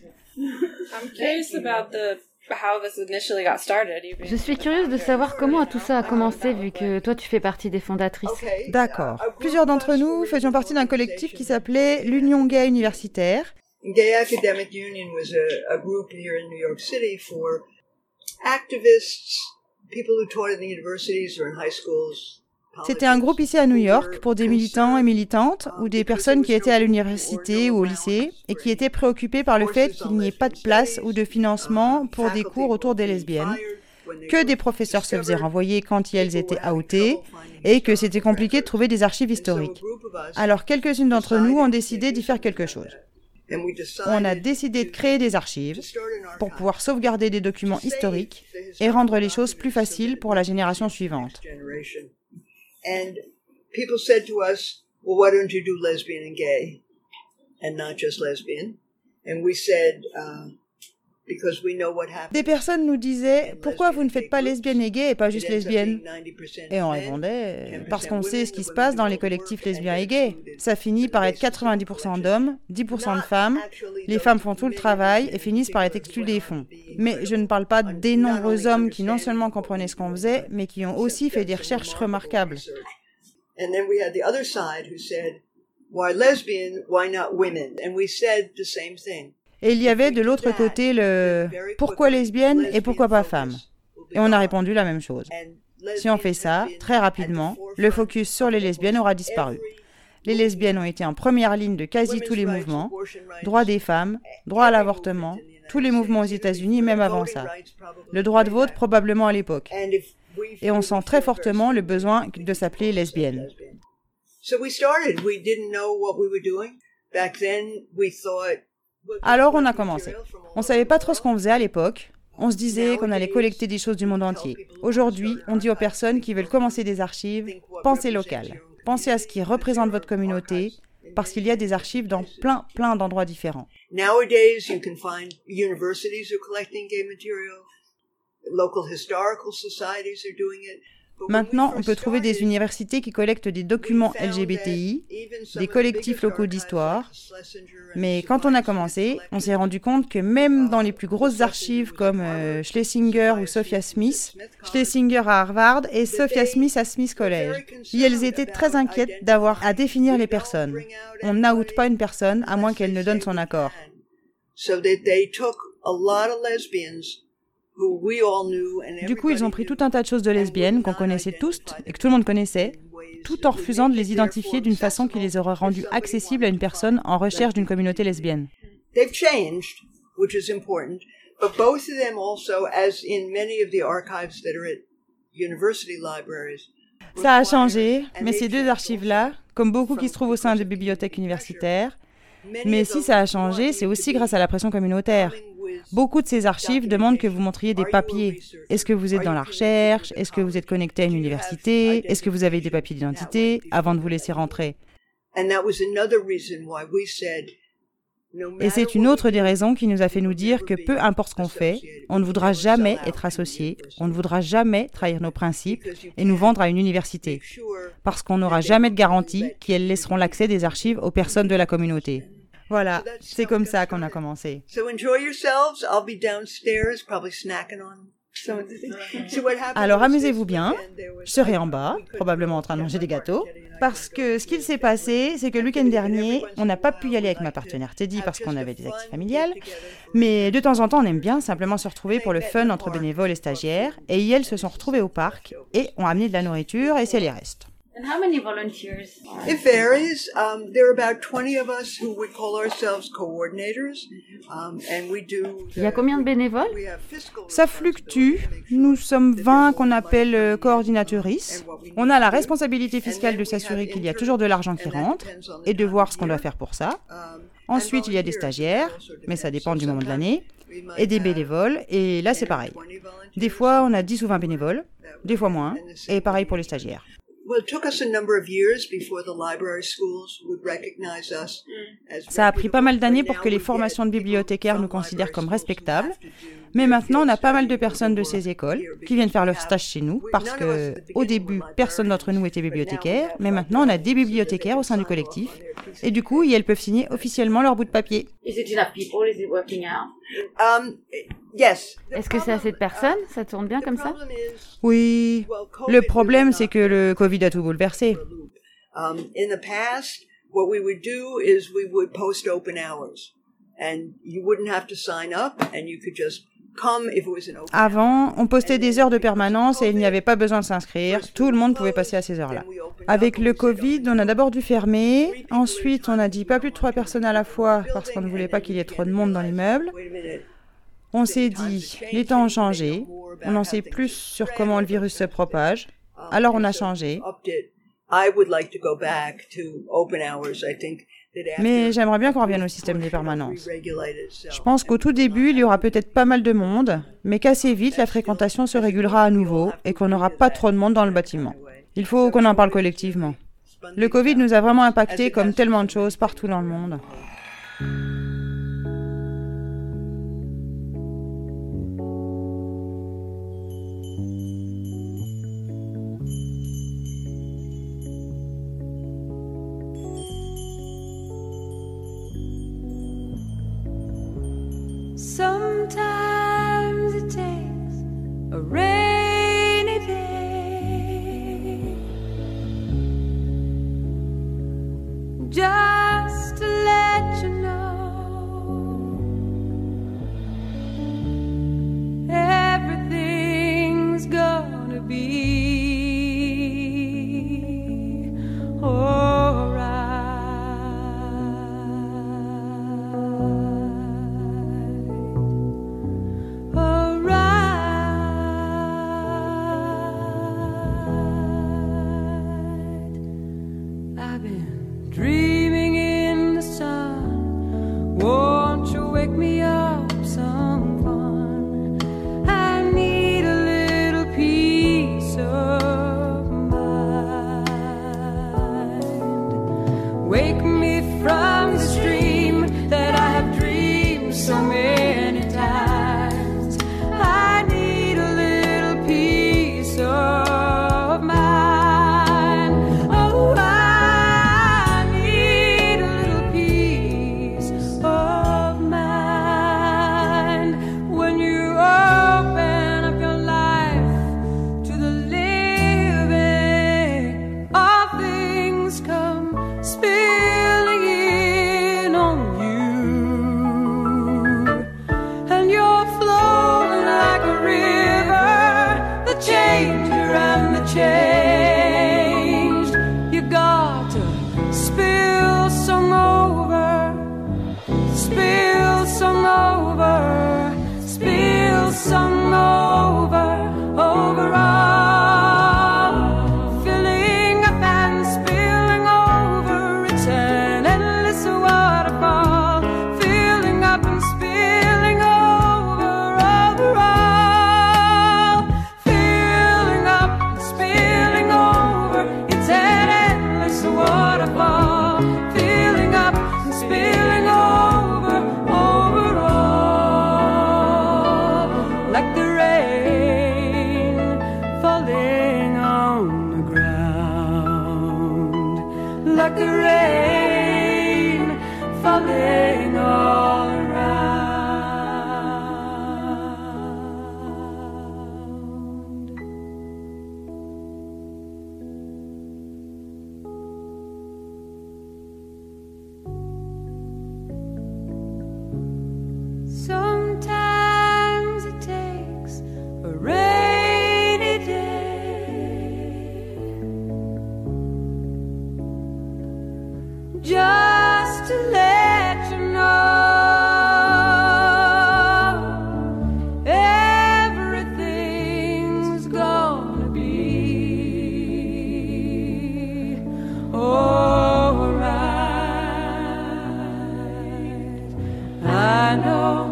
Speaker 2: Je suis curieuse de savoir comment tout ça a commencé, vu que toi tu fais partie des fondatrices.
Speaker 9: D'accord. Plusieurs d'entre nous faisions partie d'un collectif qui s'appelait l'Union gay universitaire.
Speaker 8: Gay Academic Union was a group here in New York City for activists, people who taught in the universities or in high schools.
Speaker 9: C'était un groupe ici à New York pour des militants et militantes ou des personnes qui étaient à l'université ou au lycée et qui étaient préoccupées par le fait qu'il n'y ait pas de place ou de financement pour des cours autour des lesbiennes, que des professeurs se faisaient renvoyer quand elles étaient outées et que c'était compliqué de trouver des archives historiques. Alors quelques-unes d'entre nous ont décidé d'y faire quelque chose. On a décidé de créer des archives pour pouvoir sauvegarder des documents historiques et rendre les choses plus faciles pour la génération suivante.
Speaker 8: And people said to us, well, why don't you do lesbian and gay and not just lesbian? And we said, because we know what happened.
Speaker 9: Des personnes nous disaient, pourquoi vous ne faites pas lesbienne et gay et pas juste lesbienne? Et on répondait, parce qu'on sait ce qui se passe dans les collectifs lesbiens et gays. Ça finit par être 90% d'hommes, 10% de femmes. Les femmes font tout le travail et finissent par être exclues des fonds. Mais je ne parle pas des nombreux hommes qui non seulement comprenaient ce qu'on faisait, mais qui ont aussi fait des recherches remarquables.
Speaker 8: And then we had the other side who said, why lesbian, why not women? And we said the same thing.
Speaker 9: Et il y avait de l'autre côté le « pourquoi lesbienne et pourquoi pas femme ?» Et on a répondu la même chose. Si on fait ça, très rapidement, le focus sur les lesbiennes aura disparu. Les lesbiennes ont été en première ligne de quasi tous les mouvements, droit des femmes, droit à l'avortement, tous les mouvements aux États-Unis, même avant ça. Le droit de vote probablement à l'époque. Et on sent très fortement le besoin de s'appeler lesbienne. Alors on a commencé. On ne savait pas trop ce qu'on faisait à l'époque. On se disait qu'on allait collecter des choses du monde entier. Aujourd'hui, on dit aux personnes qui veulent commencer des archives, pensez local. Pensez à ce qui représente votre communauté, parce qu'il y a des archives dans plein d'endroits différents.
Speaker 8: Nowadays, you can find universities are collecting gay material. Local historical societies are doing it.
Speaker 9: Maintenant, on peut trouver des universités qui collectent des documents LGBTI, des collectifs locaux d'histoire. Mais quand on a commencé, on s'est rendu compte que même dans les plus grosses archives comme Schlesinger ou Sophia Smith, Schlesinger à Harvard et Sophia Smith à Smith College, elles étaient très inquiètes d'avoir à définir les personnes. On n'out pas une personne à moins qu'elle ne donne son accord. Du coup, ils ont pris tout un tas de choses de lesbiennes qu'on connaissait tous et que tout le monde connaissait, tout en refusant de les identifier d'une façon qui les aurait rendues accessibles à une personne en recherche d'une communauté lesbienne. Ça a changé, mais ces deux archives-là, comme beaucoup qui se trouvent au sein de bibliothèques universitaires, mais si ça a changé, c'est aussi grâce à la pression communautaire. Beaucoup de ces archives demandent que vous montriez des papiers. Est-ce que vous êtes dans la recherche? Est-ce que vous êtes connecté à une université? Est-ce que vous avez des papiers d'identité avant de vous laisser rentrer? Et c'est une autre des raisons qui nous a fait nous dire que peu importe ce qu'on fait, on ne voudra jamais être associé, on ne voudra jamais trahir nos principes et nous vendre à une université, parce qu'on n'aura jamais de garantie qu'elles laisseront l'accès des archives aux personnes de la communauté. Voilà, c'est comme ça qu'on a commencé. Alors amusez-vous bien, je serai en bas, probablement en train de manger des gâteaux, parce que ce qu'il s'est passé, c'est que le week-end dernier, on n'a pas pu y aller avec ma partenaire Teddy parce qu'on avait des activités familiales, mais de temps en temps on aime bien simplement se retrouver pour le fun entre bénévoles et stagiaires, et elles se sont retrouvées au parc et ont amené de la nourriture et c'est les restes.
Speaker 2: And how many volunteers?
Speaker 8: It varies. There are about 20 of us who would call ourselves coordinators, and we do.
Speaker 2: Il y a combien de bénévoles?
Speaker 9: Ça fluctue. Nous sommes 20 qu'on appelle coordinatrices. On a la responsabilité fiscale de s'assurer qu'il y a toujours de l'argent qui rentre et de voir ce qu'on doit faire pour ça. Ensuite, il y a des stagiaires, mais ça dépend du moment de l'année, et des bénévoles, et là c'est pareil. Des fois, on a 10 ou 20 bénévoles, des fois moins, et pareil pour les stagiaires. Ça a pris pas mal d'années pour que les formations de bibliothécaires nous considèrent comme respectables. Mais maintenant, on a pas mal de personnes de ces écoles qui viennent faire leur stage chez nous parce que, au début, personne d'entre nous était bibliothécaire. Mais maintenant, on a des bibliothécaires au sein du collectif. Et du coup, elles peuvent signer officiellement leur bout de papier.
Speaker 2: Est-ce que c'est assez de personnes? Ça tourne bien comme ça?
Speaker 9: Oui. Le problème, c'est que le Covid a tout bouleversé. Avant, on postait des heures de permanence et il n'y avait pas besoin de s'inscrire. Tout le monde pouvait passer à ces heures-là. Avec le Covid, on a d'abord dû fermer. Ensuite, on a dit pas plus de 3 personnes à la fois parce qu'on ne voulait pas qu'il y ait trop de monde dans l'immeuble. On s'est dit, les temps ont changé. On en sait plus sur comment le virus se propage. Alors on a changé. Mais j'aimerais bien qu'on revienne au système des permanences. Je pense qu'au tout début, il y aura peut-être pas mal de monde, mais qu'assez vite, la fréquentation se régulera à nouveau et qu'on n'aura pas trop de monde dans le bâtiment. Il faut qu'on en parle collectivement. Le Covid nous a vraiment impacté comme tellement de choses partout dans le monde.
Speaker 10: Sometimes it takes a rainy day just to let you know like the rain falling on the ground, like the rain falling all around. Sometimes it takes a rainy day just to let you know everything's gonna be alright. I know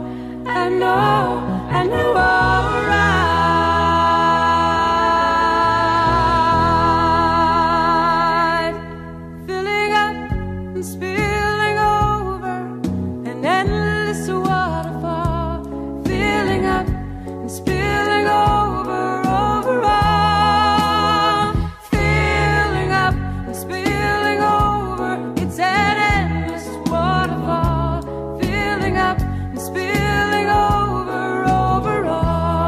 Speaker 10: alright. Filling up and spilling over, an endless waterfall. Filling up and spilling over, overall. Filling up and spilling over, it's an endless waterfall. Filling up and spilling over, overall.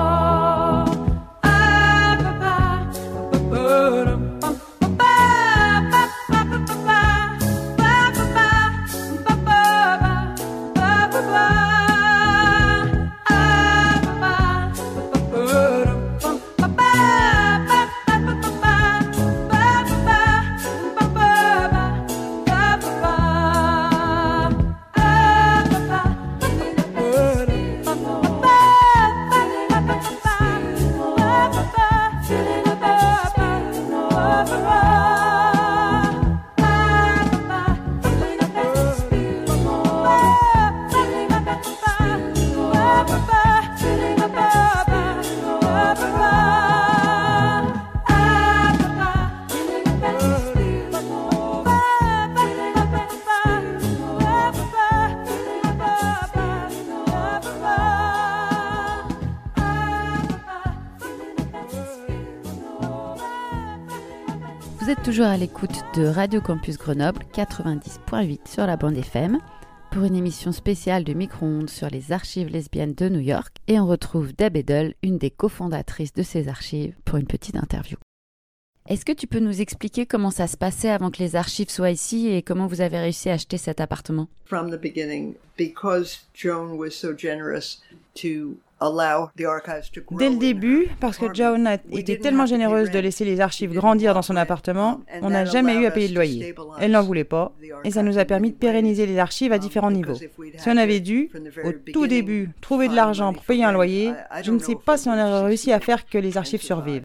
Speaker 2: Vous êtes toujours à l'écoute de Radio Campus Grenoble 90.8 sur la bande FM pour une émission spéciale de micro-ondes sur les archives lesbiennes de New York et on retrouve Deb Edel, une des cofondatrices de ces archives, pour une petite interview. Est-ce que tu peux nous expliquer comment ça se passait avant que les archives soient ici et comment vous avez réussi à acheter cet appartement?
Speaker 8: From the beginning, because Joan was so generous to allow the archives to grow.
Speaker 9: Dès le début, parce que Joan a été tellement généreuse de laisser les archives grandir dans son appartement, on n'a jamais eu à payer de loyer. Elle n'en voulait pas, et ça nous a permis de pérenniser les archives à différents niveaux. Si on avait dû, au tout début, trouver de l'argent pour payer un loyer, je ne sais pas si on aurait réussi à faire que les archives survivent.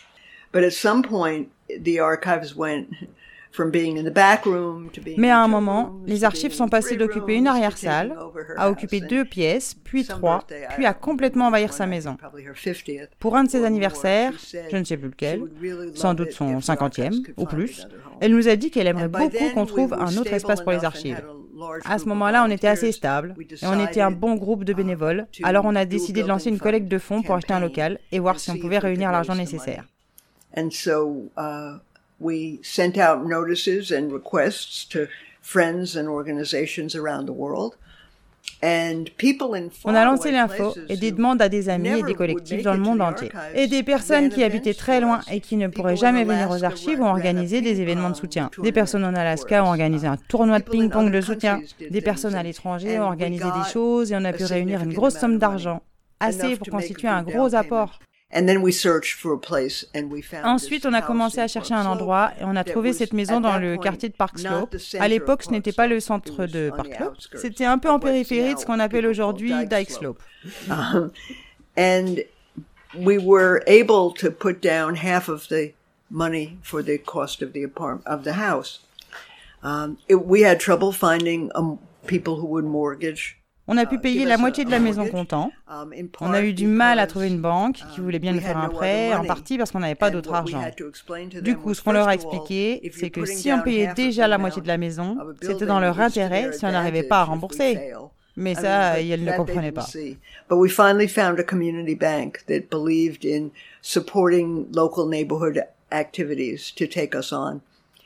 Speaker 9: Mais à un moment, les archives sont passées d'occuper une arrière-salle à occuper 2 pièces, puis 3, puis à complètement envahir sa maison. Pour un de ses anniversaires, je ne sais plus lequel, sans doute son 50e ou plus, elle nous a dit qu'elle aimerait beaucoup qu'on trouve un autre espace pour les archives. À ce moment-là, on était assez stable et on était un bon groupe de bénévoles, alors on a décidé de lancer une collecte de fonds pour acheter un local et voir si on pouvait réunir l'argent nécessaire.
Speaker 8: We sent out notices and requests to friends and organizations around the world.
Speaker 9: On a lancé l'info et des demandes à des amis et des collectifs dans le monde entier. Et des personnes qui habitaient très loin et qui ne pourraient jamais venir aux archives ont organisé des événements de soutien. Des personnes en Alaska ont organisé un tournoi de ping-pong de soutien. Des personnes à l'étranger ont organisé des choses et on a pu réunir une grosse somme d'argent, assez pour constituer un gros apport. Ensuite, on a commencé à chercher un endroit et on a trouvé cette maison dans le quartier de Park Slope. À l'époque, ce n'était pas le centre de Park Slope, c'était un peu en périphérie de ce qu'on appelle aujourd'hui Dyke Slope.
Speaker 8: And we were able to put down half of the money for the cost of the house. We had trouble finding people who would mortgage.
Speaker 9: On a pu payer la moitié de la maison comptant. On a eu du mal à trouver une banque qui voulait bien nous faire un prêt, en partie parce qu'on n'avait pas d'autre argent. Du coup, ce qu'on leur a expliqué, c'est que si on payait déjà la moitié de la maison, c'était dans leur intérêt si on n'arrivait pas à rembourser. Mais ça, elle ne comprenait pas.
Speaker 8: But we finally found a community bank that believed in supporting local neighborhood activities to take us on.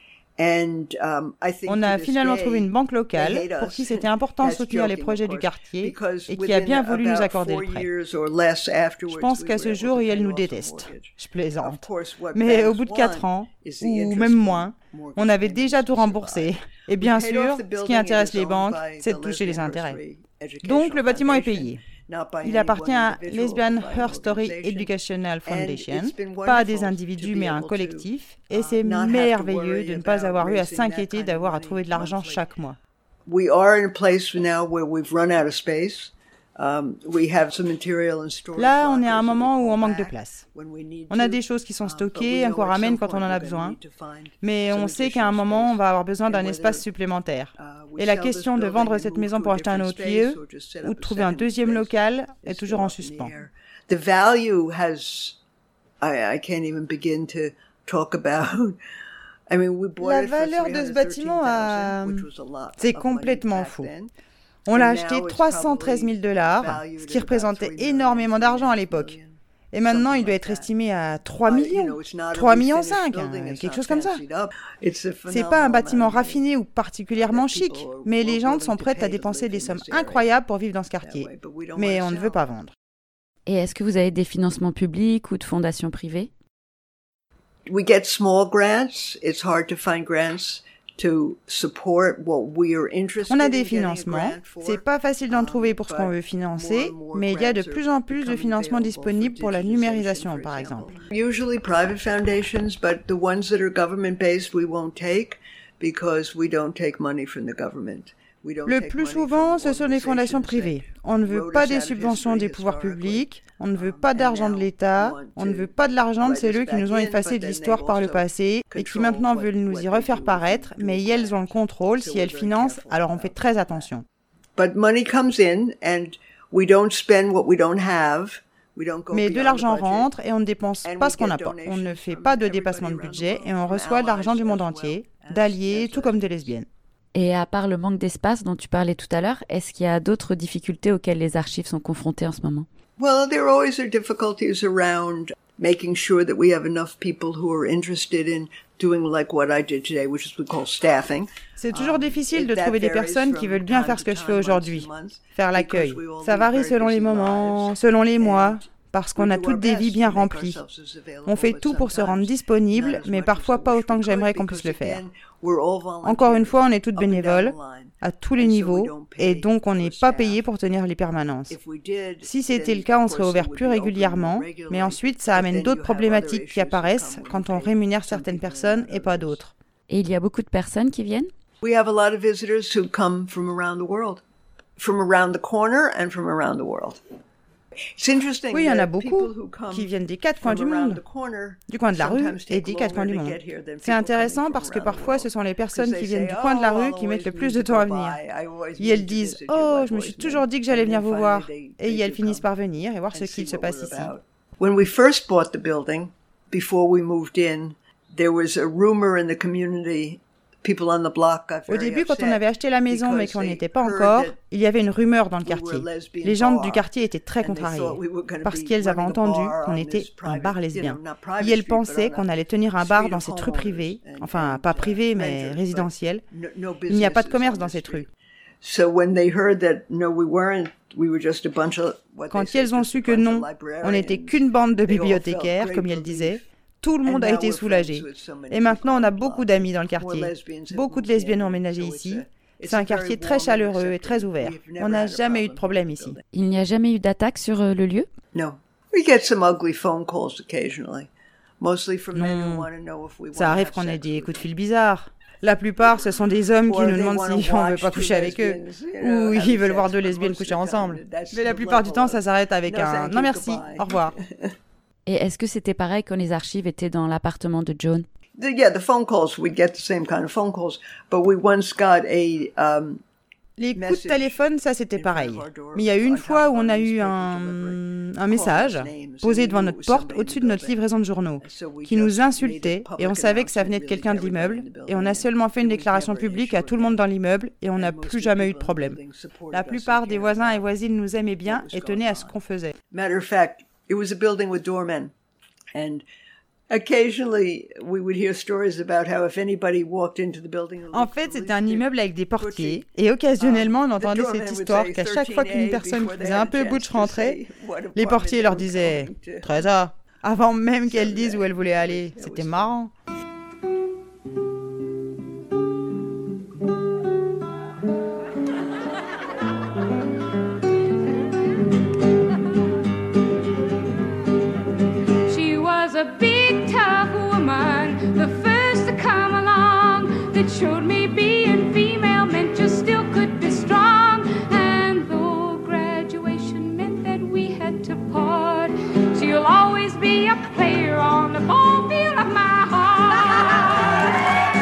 Speaker 9: On a finalement trouvé une banque locale pour qui c'était important de soutenir les projets du quartier et qui a bien voulu nous accorder le prêt. Je pense qu'à ce jour, elle nous déteste. Je plaisante. Mais au bout de 4 ans, ou même moins, on avait déjà tout remboursé. Et bien sûr, ce qui intéresse les banques, c'est de toucher les intérêts. Donc, le bâtiment est payé. Il appartient à Lesbian Her Story Educational Foundation, pas à des individus mais à un collectif, et c'est merveilleux de ne pas avoir eu à s'inquiéter d'avoir à trouver de l'argent chaque mois.
Speaker 8: We are in a place now where we've run out of space. We have some material and storage.
Speaker 9: Là, on est à un moment où on manque de place. On a des choses qui sont stockées et qu'on ramène quand on en a besoin, mais on sait qu'à un moment, on va avoir besoin d'un espace supplémentaire. Et la question de vendre cette maison pour acheter un autre lieu ou de trouver un deuxième local est toujours en suspens.
Speaker 8: The value has, I can't even begin to talk about.
Speaker 9: La valeur de ce bâtiment, c'est complètement fou. On l'a acheté $313 000, ce qui représentait énormément d'argent à l'époque. Et maintenant, il doit être estimé à 3 millions, 3,5 millions, quelque chose comme ça. C'est pas un bâtiment raffiné ou particulièrement chic, mais les gens sont prêts à dépenser des sommes incroyables pour vivre dans ce quartier. Mais on ne veut pas vendre.
Speaker 2: Et est-ce que vous avez des financements publics ou de fondations privées?
Speaker 8: We get small grants. It's hard to find grants.
Speaker 9: On a des financements. C'est pas facile d'en trouver pour ce qu'on veut financer, mais il y a de plus en plus de financements disponibles pour la numérisation, par exemple.
Speaker 8: Usually private foundations, but the ones that are government-based, we won't take because we don't take money from the government.
Speaker 9: Le plus souvent, ce sont des fondations privées. On ne veut pas des subventions des pouvoirs publics, on ne veut pas d'argent de l'État, on ne veut pas de l'argent de ceux qui nous ont effacés de l'histoire par le passé et qui maintenant veulent nous y refaire paraître, mais elles ont le contrôle, si elles financent, alors on fait très attention. Mais de l'argent rentre et on ne dépense pas ce qu'on n'a pas. On ne fait pas de dépassement de budget et on reçoit de l'argent du monde entier, d'alliés, tout comme des lesbiennes.
Speaker 2: Et à part le manque d'espace dont tu parlais tout à l'heure, est-ce qu'il y a d'autres difficultés auxquelles les archives sont confrontées en ce moment?
Speaker 8: Well, there always are difficulties around making sure that we have enough people who are interested in doing like what I did today, which is we call staffing.
Speaker 9: C'est toujours difficile de trouver des personnes qui veulent bien faire ce que je fais aujourd'hui, faire l'accueil. Ça varie selon les moments, selon les mois, parce qu'on a toutes des vies bien remplies. On fait tout pour se rendre disponible, mais parfois pas autant que j'aimerais qu'on puisse le faire. Encore une fois, on est toutes bénévoles, à tous les niveaux, et donc on n'est pas payé pour tenir les permanences. Si c'était le cas, on serait ouvert plus régulièrement, mais ensuite ça amène d'autres problématiques qui apparaissent quand on rémunère certaines personnes et pas d'autres.
Speaker 2: Et il y a beaucoup de personnes qui viennent?
Speaker 8: We have a lot of visitors who come from around the world, from around the corner and from around the world.
Speaker 9: Oui, il y en a beaucoup qui viennent des 4 coins du monde, du coin de la rue et des 4 coins du monde. C'est intéressant parce que parfois ce sont les personnes qui viennent du coin de la rue qui mettent le plus de temps à venir. Et elles disent « Oh, je me suis toujours dit que j'allais venir vous voir ». Et elles finissent par venir et voir ce qu'il se passe ici.
Speaker 8: When we first bought the building, before we moved in, there was a rumor in the community. Au début, quand on avait acheté la maison mais qu'on n'y était pas encore, il y avait une rumeur dans le quartier. Les gens du quartier étaient très contrariés parce qu'elles avaient entendu qu'on était un bar lesbien. Et elles pensaient qu'on allait tenir un bar dans cette rue privée, enfin pas privée mais résidentielle. Il n'y a pas de commerce dans cette rue. Quand elles ont su que non, on n'était qu'une bande de bibliothécaires, comme elles disaient, tout le monde a été soulagé. Et maintenant, on a beaucoup d'amis dans le quartier. Beaucoup de lesbiennes ont emménagé ici. C'est un quartier très chaleureux et très ouvert. On n'a jamais eu de problème ici.
Speaker 2: Il n'y a jamais eu d'attaque sur le lieu?
Speaker 8: Non.
Speaker 9: Ça arrive qu'on ait des coups de fil bizarres. La plupart, ce sont des hommes qui nous demandent si on ne veut pas coucher avec eux. Ou ils veulent voir 2 lesbiennes coucher ensemble. Mais la plupart du temps, ça s'arrête avec un « non merci, au revoir ».
Speaker 2: Et est-ce que c'était pareil quand les archives étaient dans l'appartement de Joan?
Speaker 8: The phone calls, we'd get the same kind of phone calls. But we once got
Speaker 9: Les coups de téléphone, ça c'était pareil. Mais il y a eu une fois où on a eu un message posé devant notre porte au-dessus de notre livraison de journaux qui nous insultait et on savait que ça venait de quelqu'un de l'immeuble et on a seulement fait une déclaration publique à tout le monde dans l'immeuble et on n'a plus jamais eu de problème. La plupart des voisins et voisines nous aimaient bien et tenaient à ce qu'on faisait.
Speaker 8: Matter of fact, it was a building with doormen and occasionally, we would hear stories about how if anybody walked into the building.
Speaker 9: En fait, c'était un immeuble avec des portiers et occasionnellement, on entendait cette histoire qu'à chaque fois qu'une personne qui faisait un peu bouche rentrait, les portiers leur disaient « Trésor !» avant même qu'elle dise où elle voulait aller. C'était marrant.
Speaker 10: Showed me being female meant you still could be strong. And though graduation meant that we had to part, she'll always be a player on the ball field of my heart.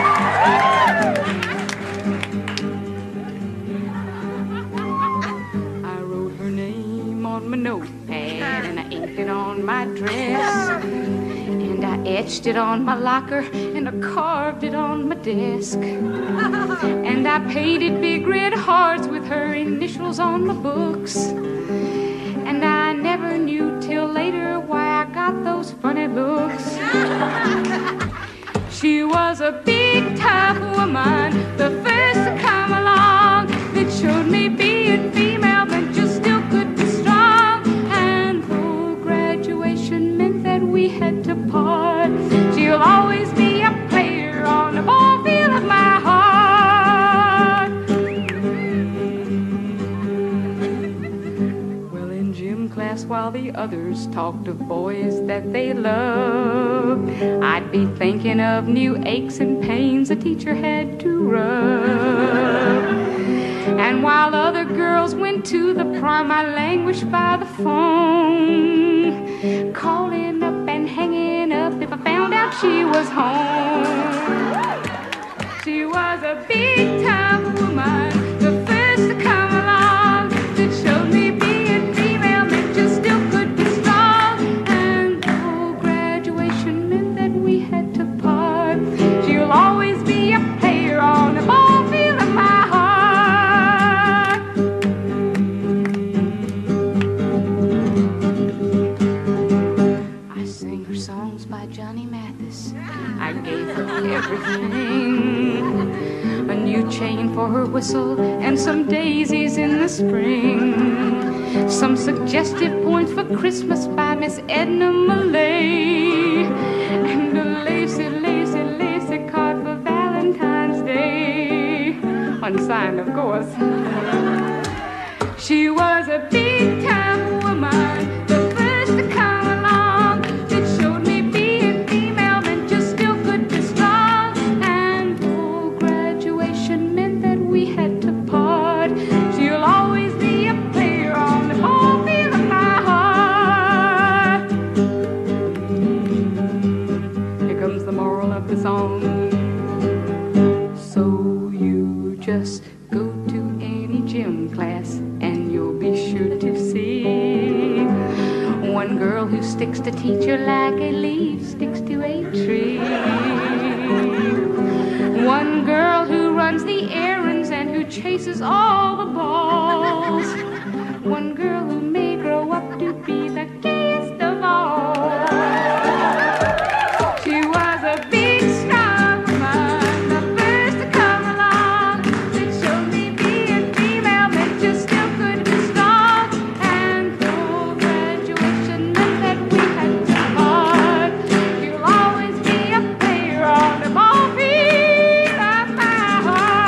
Speaker 10: I wrote her name on my notepad and I inked it on my dress. And I etched it on my locker and I carved it on my desk. And I painted big red hearts with her initials on my books. And I never knew till later why I got those funny looks. She was a big tough woman, the first to come along, that showed me being female meant you still could be strong. And though graduation meant that we had to part, she'll always be a player on the ball field of my heart. Well, in gym class, while the others talked of boys that they loved, I'd be thinking of new aches and pains a teacher had to rub. And while other girls went to the prom, I languished by the phone, calling up and hanging up if I found out she was home. She was a big time woman, the first to come along, that showed me being female meant you still could be strong. And though graduation meant that we had to part, she'll always be a player on the ball field of my heart. I sang her songs by Johnny Mathis. I gave her everything, a new chain for her whistle and some daisies in the spring, some suggestive points for Christmas by Miss Edna Millay, and a lacy, lacy, lacy card for Valentine's Day, unsigned of course. She was a big time woman, the first to come along, that showed me being female meant you still could be strong. And though graduation meant that we had to part, she'll always be a player on the ball field of my heart. Here comes the moral of the song. So you just go to any gym class and you'll be sure to see one girl who sticks to teacher like a leaf sticks to a tree, one girl who runs the errands and who chases all the balls, one girl who may grow up to be the gayest of all. She was a big strong woman, the first to come along, that showed me being female meant you still could be strong. And though graduation meant that we had to part, you'll always be a player on the ball field of my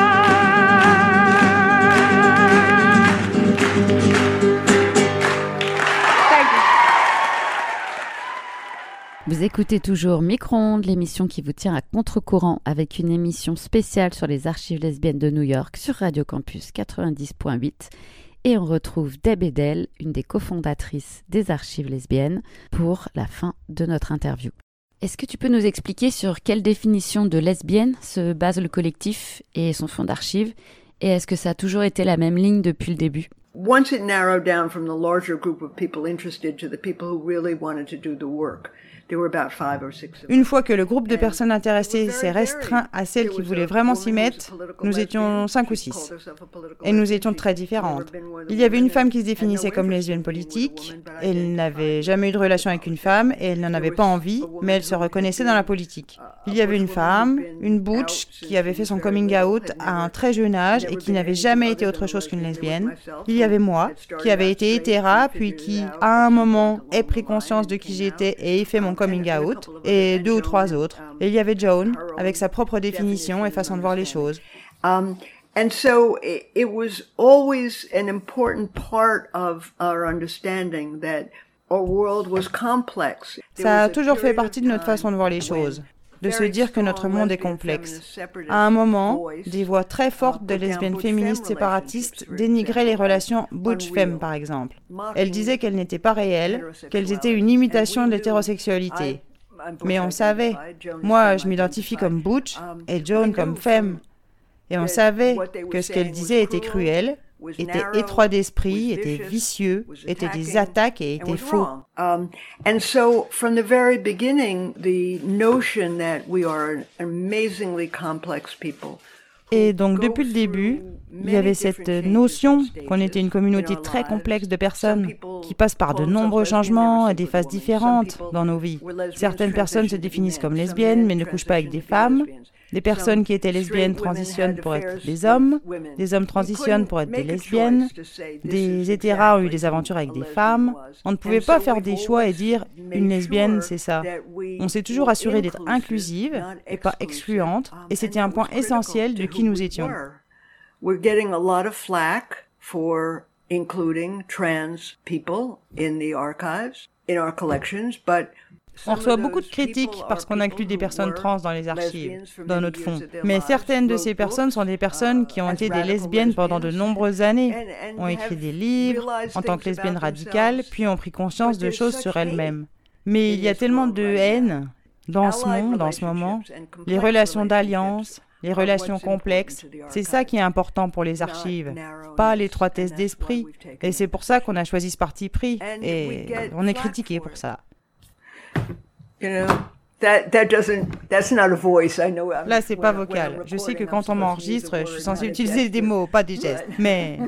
Speaker 10: heart. Thank you.
Speaker 2: Vous écoutez toujours Micro-ondes, l'émission qui vous tient à contre-courant avec une émission spéciale sur les archives lesbiennes de New York sur Radio Campus 90.8. Et on retrouve Deb Edel, une des cofondatrices des archives lesbiennes, pour la fin de notre interview. Est-ce que tu peux nous expliquer sur quelle définition de lesbienne se base le collectif et son fonds d'archives Et est-ce que ça a toujours été la même ligne depuis le début?
Speaker 8: Once it narrowed down from the larger group of people interested to the people who really wanted to do the work.
Speaker 9: Une fois que le groupe de personnes intéressées s'est restreint à celles qui voulaient vraiment s'y mettre, nous étions 5 ou 6. Et nous étions très différentes. Il y avait une femme qui se définissait comme lesbienne politique. Elle n'avait jamais eu de relation avec une femme et elle n'en avait pas envie, mais elle se reconnaissait dans la politique. Il y avait une femme, une butch, qui avait fait son coming out à un très jeune âge et qui n'avait jamais été autre chose qu'une lesbienne. Il y avait moi, qui avait été hétéra, puis qui, à un moment, ait pris conscience de qui j'étais et ait fait mon coming out, et 2 ou 3 autres. Et il y avait Joan, avec sa propre définition et façon de voir les choses.
Speaker 8: And so it was always an important part of our understanding that our world was complex.
Speaker 9: Ça a toujours fait partie de notre façon de voir les choses, de se dire que notre monde est complexe. À un moment, des voix très fortes de lesbiennes féministes séparatistes dénigraient les relations butch-femme, par exemple. Elles disaient qu'elles n'étaient pas réelles, qu'elles étaient une imitation de l'hétérosexualité. Mais on savait. Moi, je m'identifie comme butch et Joan comme femme. Et on savait que ce qu'elles disaient était cruel, était étroit d'esprit, était vicieux, était des attaques et était faux.
Speaker 8: And so, from the very beginning, the notion that we are an amazingly complex people.
Speaker 9: Et donc, depuis le début, il y avait cette notion qu'on était une communauté très complexe de personnes qui passent par de nombreux changements et des phases différentes dans nos vies. Certaines personnes se définissent comme lesbiennes, mais ne couchent pas avec des femmes. Des personnes qui étaient lesbiennes transitionnent pour être des hommes transitionnent pour être des lesbiennes, des hétéras ont eu des aventures avec des femmes. On ne pouvait pas faire des choix et dire « une lesbienne, c'est ça ». On s'est toujours assuré d'être inclusive et pas excluante, et c'était un point essentiel de qui nous étions.
Speaker 8: We're getting a lot of flack for including trans people in the archives, in our collections, but
Speaker 9: on reçoit beaucoup de critiques parce qu'on inclut des personnes trans dans les archives, dans notre fonds. Mais certaines de ces personnes sont des personnes qui ont été des lesbiennes pendant de nombreuses années, ont écrit des livres en tant que lesbiennes radicales, puis ont pris conscience de choses sur elles-mêmes. Mais il y a tellement de haine dans ce monde, en ce moment. Les relations d'alliance, les relations complexes, c'est ça qui est important pour les archives, pas l'étroitesse d'esprit. Et c'est pour ça qu'on a choisi ce parti pris, et on est critiqué pour ça. Là, c'est pas vocal. Je sais que quand on m'enregistre, je suis censée utiliser des mots, pas des gestes. Mais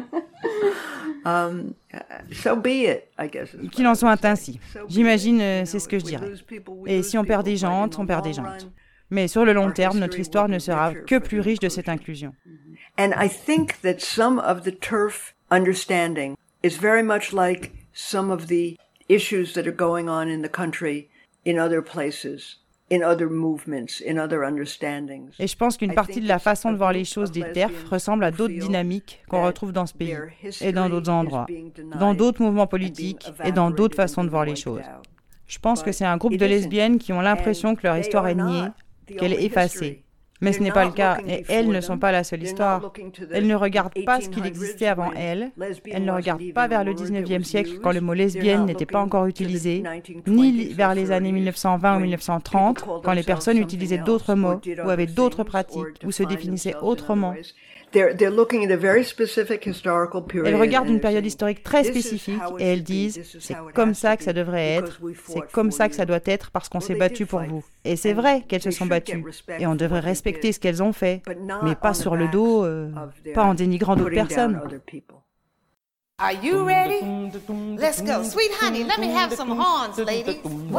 Speaker 9: qu'il en soit ainsi. J'imagine, c'est ce que je dirais. Et si on perd des jantes, on perd des jantes. Mais sur le long terme, notre histoire ne sera que plus riche de cette inclusion.
Speaker 8: And I think that some of the TERF understanding is very much like some of the issues that are going on in the country, in other places, in other movements, in other understandings.
Speaker 9: Et je pense qu'une partie de la façon de voir les choses des TERF ressemble à d'autres dynamiques qu'on retrouve dans ce pays et dans d'autres endroits, dans d'autres mouvements politiques et dans d'autres façons de voir les choses. Je pense que c'est un groupe de lesbiennes qui ont l'impression que leur histoire est niée, qu'elle est effacée. Mais ce n'est pas le cas, et elles ne sont pas la seule histoire. Elles ne regardent pas ce qu'il existait avant elles, elles ne regardent pas vers le 19e siècle quand le mot lesbienne n'était pas encore utilisé, ni vers les années 1920 ou 1930 quand les personnes utilisaient d'autres mots ou avaient d'autres pratiques ou se définissaient autrement. Elles regardent une période historique très spécifique et elles disent « c'est comme ça que ça devrait être, c'est comme ça que ça doit être parce qu'on s'est battu pour vous ». Et c'est vrai qu'elles se sont battues et on devrait respecter ce qu'elles ont fait, mais pas sur le dos, pas en dénigrant d'autres personnes.
Speaker 11: Are you ready? Let's go. Sweet honey, let me have some horns, ladies.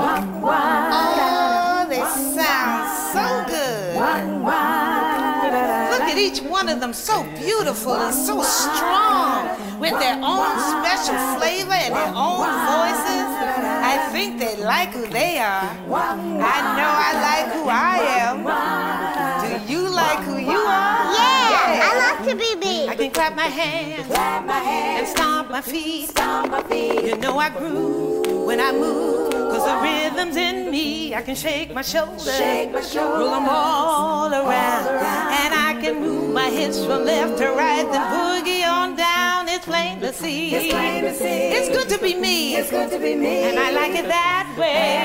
Speaker 11: Oh, they sound so good. Look at each one of them, so beautiful and so strong, with their own special flavor and their own voices. I think they like who they are. I know I like who I am. Do you like who you are?
Speaker 12: Yeah, I like to be me.
Speaker 11: I can clap my hands, and stomp my feet. You know I groove when I move, 'cause the rhythm's in me. I can shake my shoulders, roll them all around. And I can move my hips from left to right, then boogie on down. It's plain to see. It's good to be me. And I like it that way.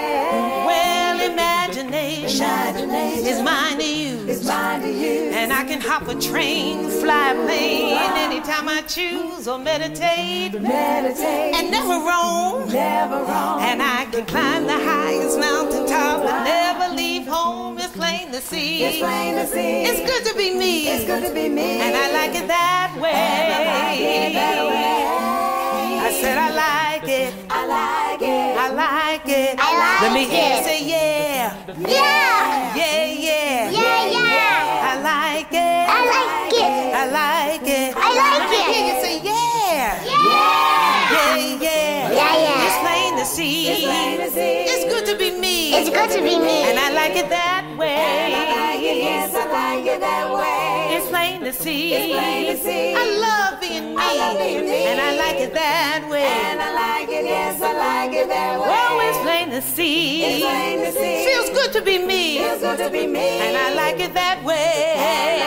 Speaker 11: Well, imagination is mine to use. And I can can hop a train, fly a plane, anytime I choose or meditate, and never roam, and I can climb the highest mountain top and never leave home. It's plain to see, it's good to be me, and I like it that way. I said I like it, I like it, I like it. Let me hear you say yeah, yeah, yeah, yeah, yeah, yeah. I like it, I like it, I like it, I like it. Let me hear you say yeah, yeah, yeah, yeah, yeah, yeah. It's plain to see, it's good to be me, it's good to be me, and I like it that way. I like it, yes, I like it that way. It's plain to see, I love being me, and I like it that way. And I like it, yes, I like it that way. Oh, it's plain to see, feels good to be me, and I like it that way.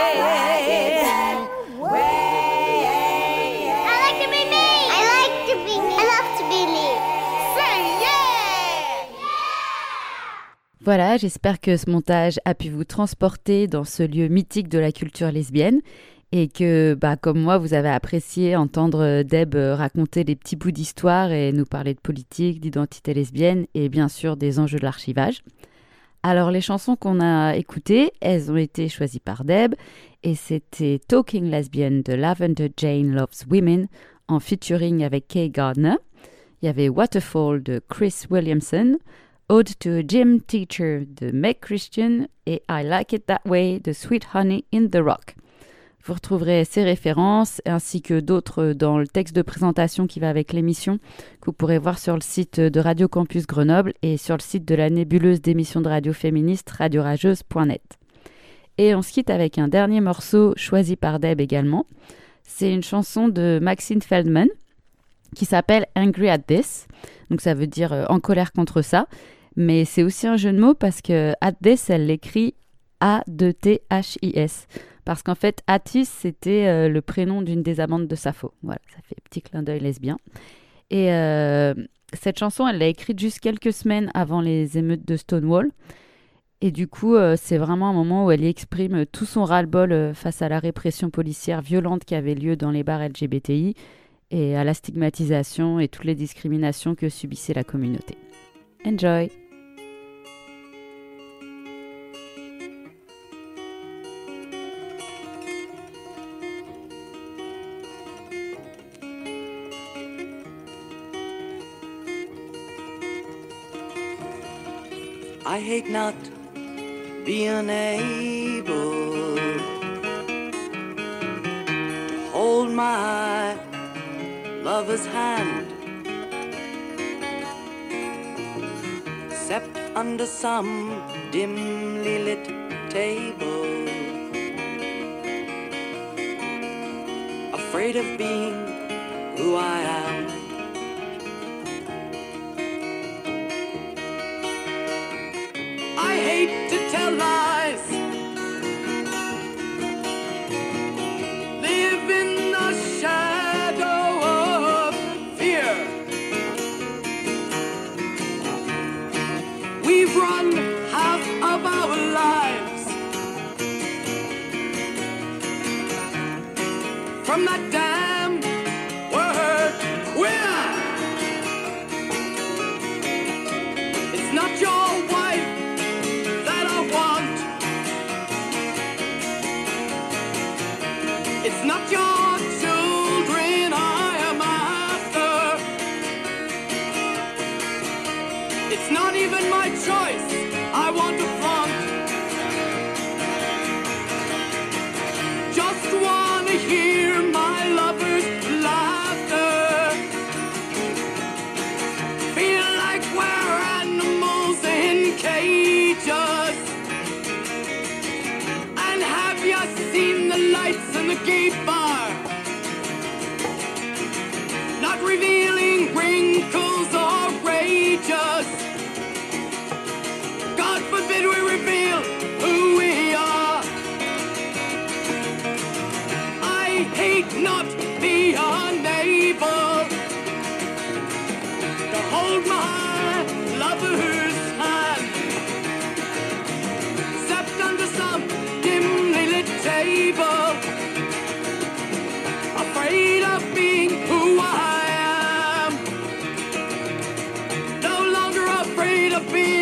Speaker 12: I like to be me. I like to be me. I love to be me.
Speaker 11: Say yeah!
Speaker 2: Voilà, j'espère que ce montage a pu vous transporter dans ce lieu mythique de la culture lesbienne et que, comme moi, vous avez apprécié entendre Deb raconter des petits bouts d'histoire et nous parler de politique, d'identité lesbienne et bien sûr des enjeux de l'archivage. Alors, les chansons qu'on a écoutées, elles ont été choisies par Deb et c'était Talking Lesbian de Lavender Jane Loves Women en featuring avec Kay Gardner. Il y avait Waterfall de Chris Williamson, Ode to a Gym Teacher de Meg Christian et I Like It That Way de Sweet Honey in the Rock. Vous retrouverez ces références ainsi que d'autres dans le texte de présentation qui va avec l'émission que vous pourrez voir sur le site de Radio Campus Grenoble et sur le site de la nébuleuse d'émissions de radio féministes radiorageuse.net. Et on se quitte avec un dernier morceau choisi par Deb également. C'est une chanson de Maxine Feldman qui s'appelle Angry at This. Donc ça veut dire en colère contre ça. Mais c'est aussi un jeu de mots parce que at this, elle l'écrit A-D-T-H-I-S. Parce qu'en fait, Attis, c'était le prénom d'une des amantes de Sappho. Voilà, ça fait petit clin d'œil lesbien. Et cette chanson, elle l'a écrite juste quelques semaines avant les émeutes de Stonewall. Et du coup, c'est vraiment un moment où elle y exprime tout son ras-le-bol face à la répression policière violente qui avait lieu dans les bars LGBTI et à la stigmatisation et toutes les discriminations que subissait la communauté. Enjoy!
Speaker 13: I hate not being able to hold my lover's hand, except under some dimly lit table, afraid of being who I am. I hate to tell lies, live in the shadow of fear. We've run half of our lives from that damn word queer. It's not your wife it's not your children I am after. It's not even my choice I want to flaunt. Just wanna hear my lover's laughter. Feel like we're animals in cages. And have you seen the lights in the gay bar? Not revealing wrinkles or rages. God forbid we reveal who we are. I hate not being unable to hold my lover's hand, except under some dimly lit table. up in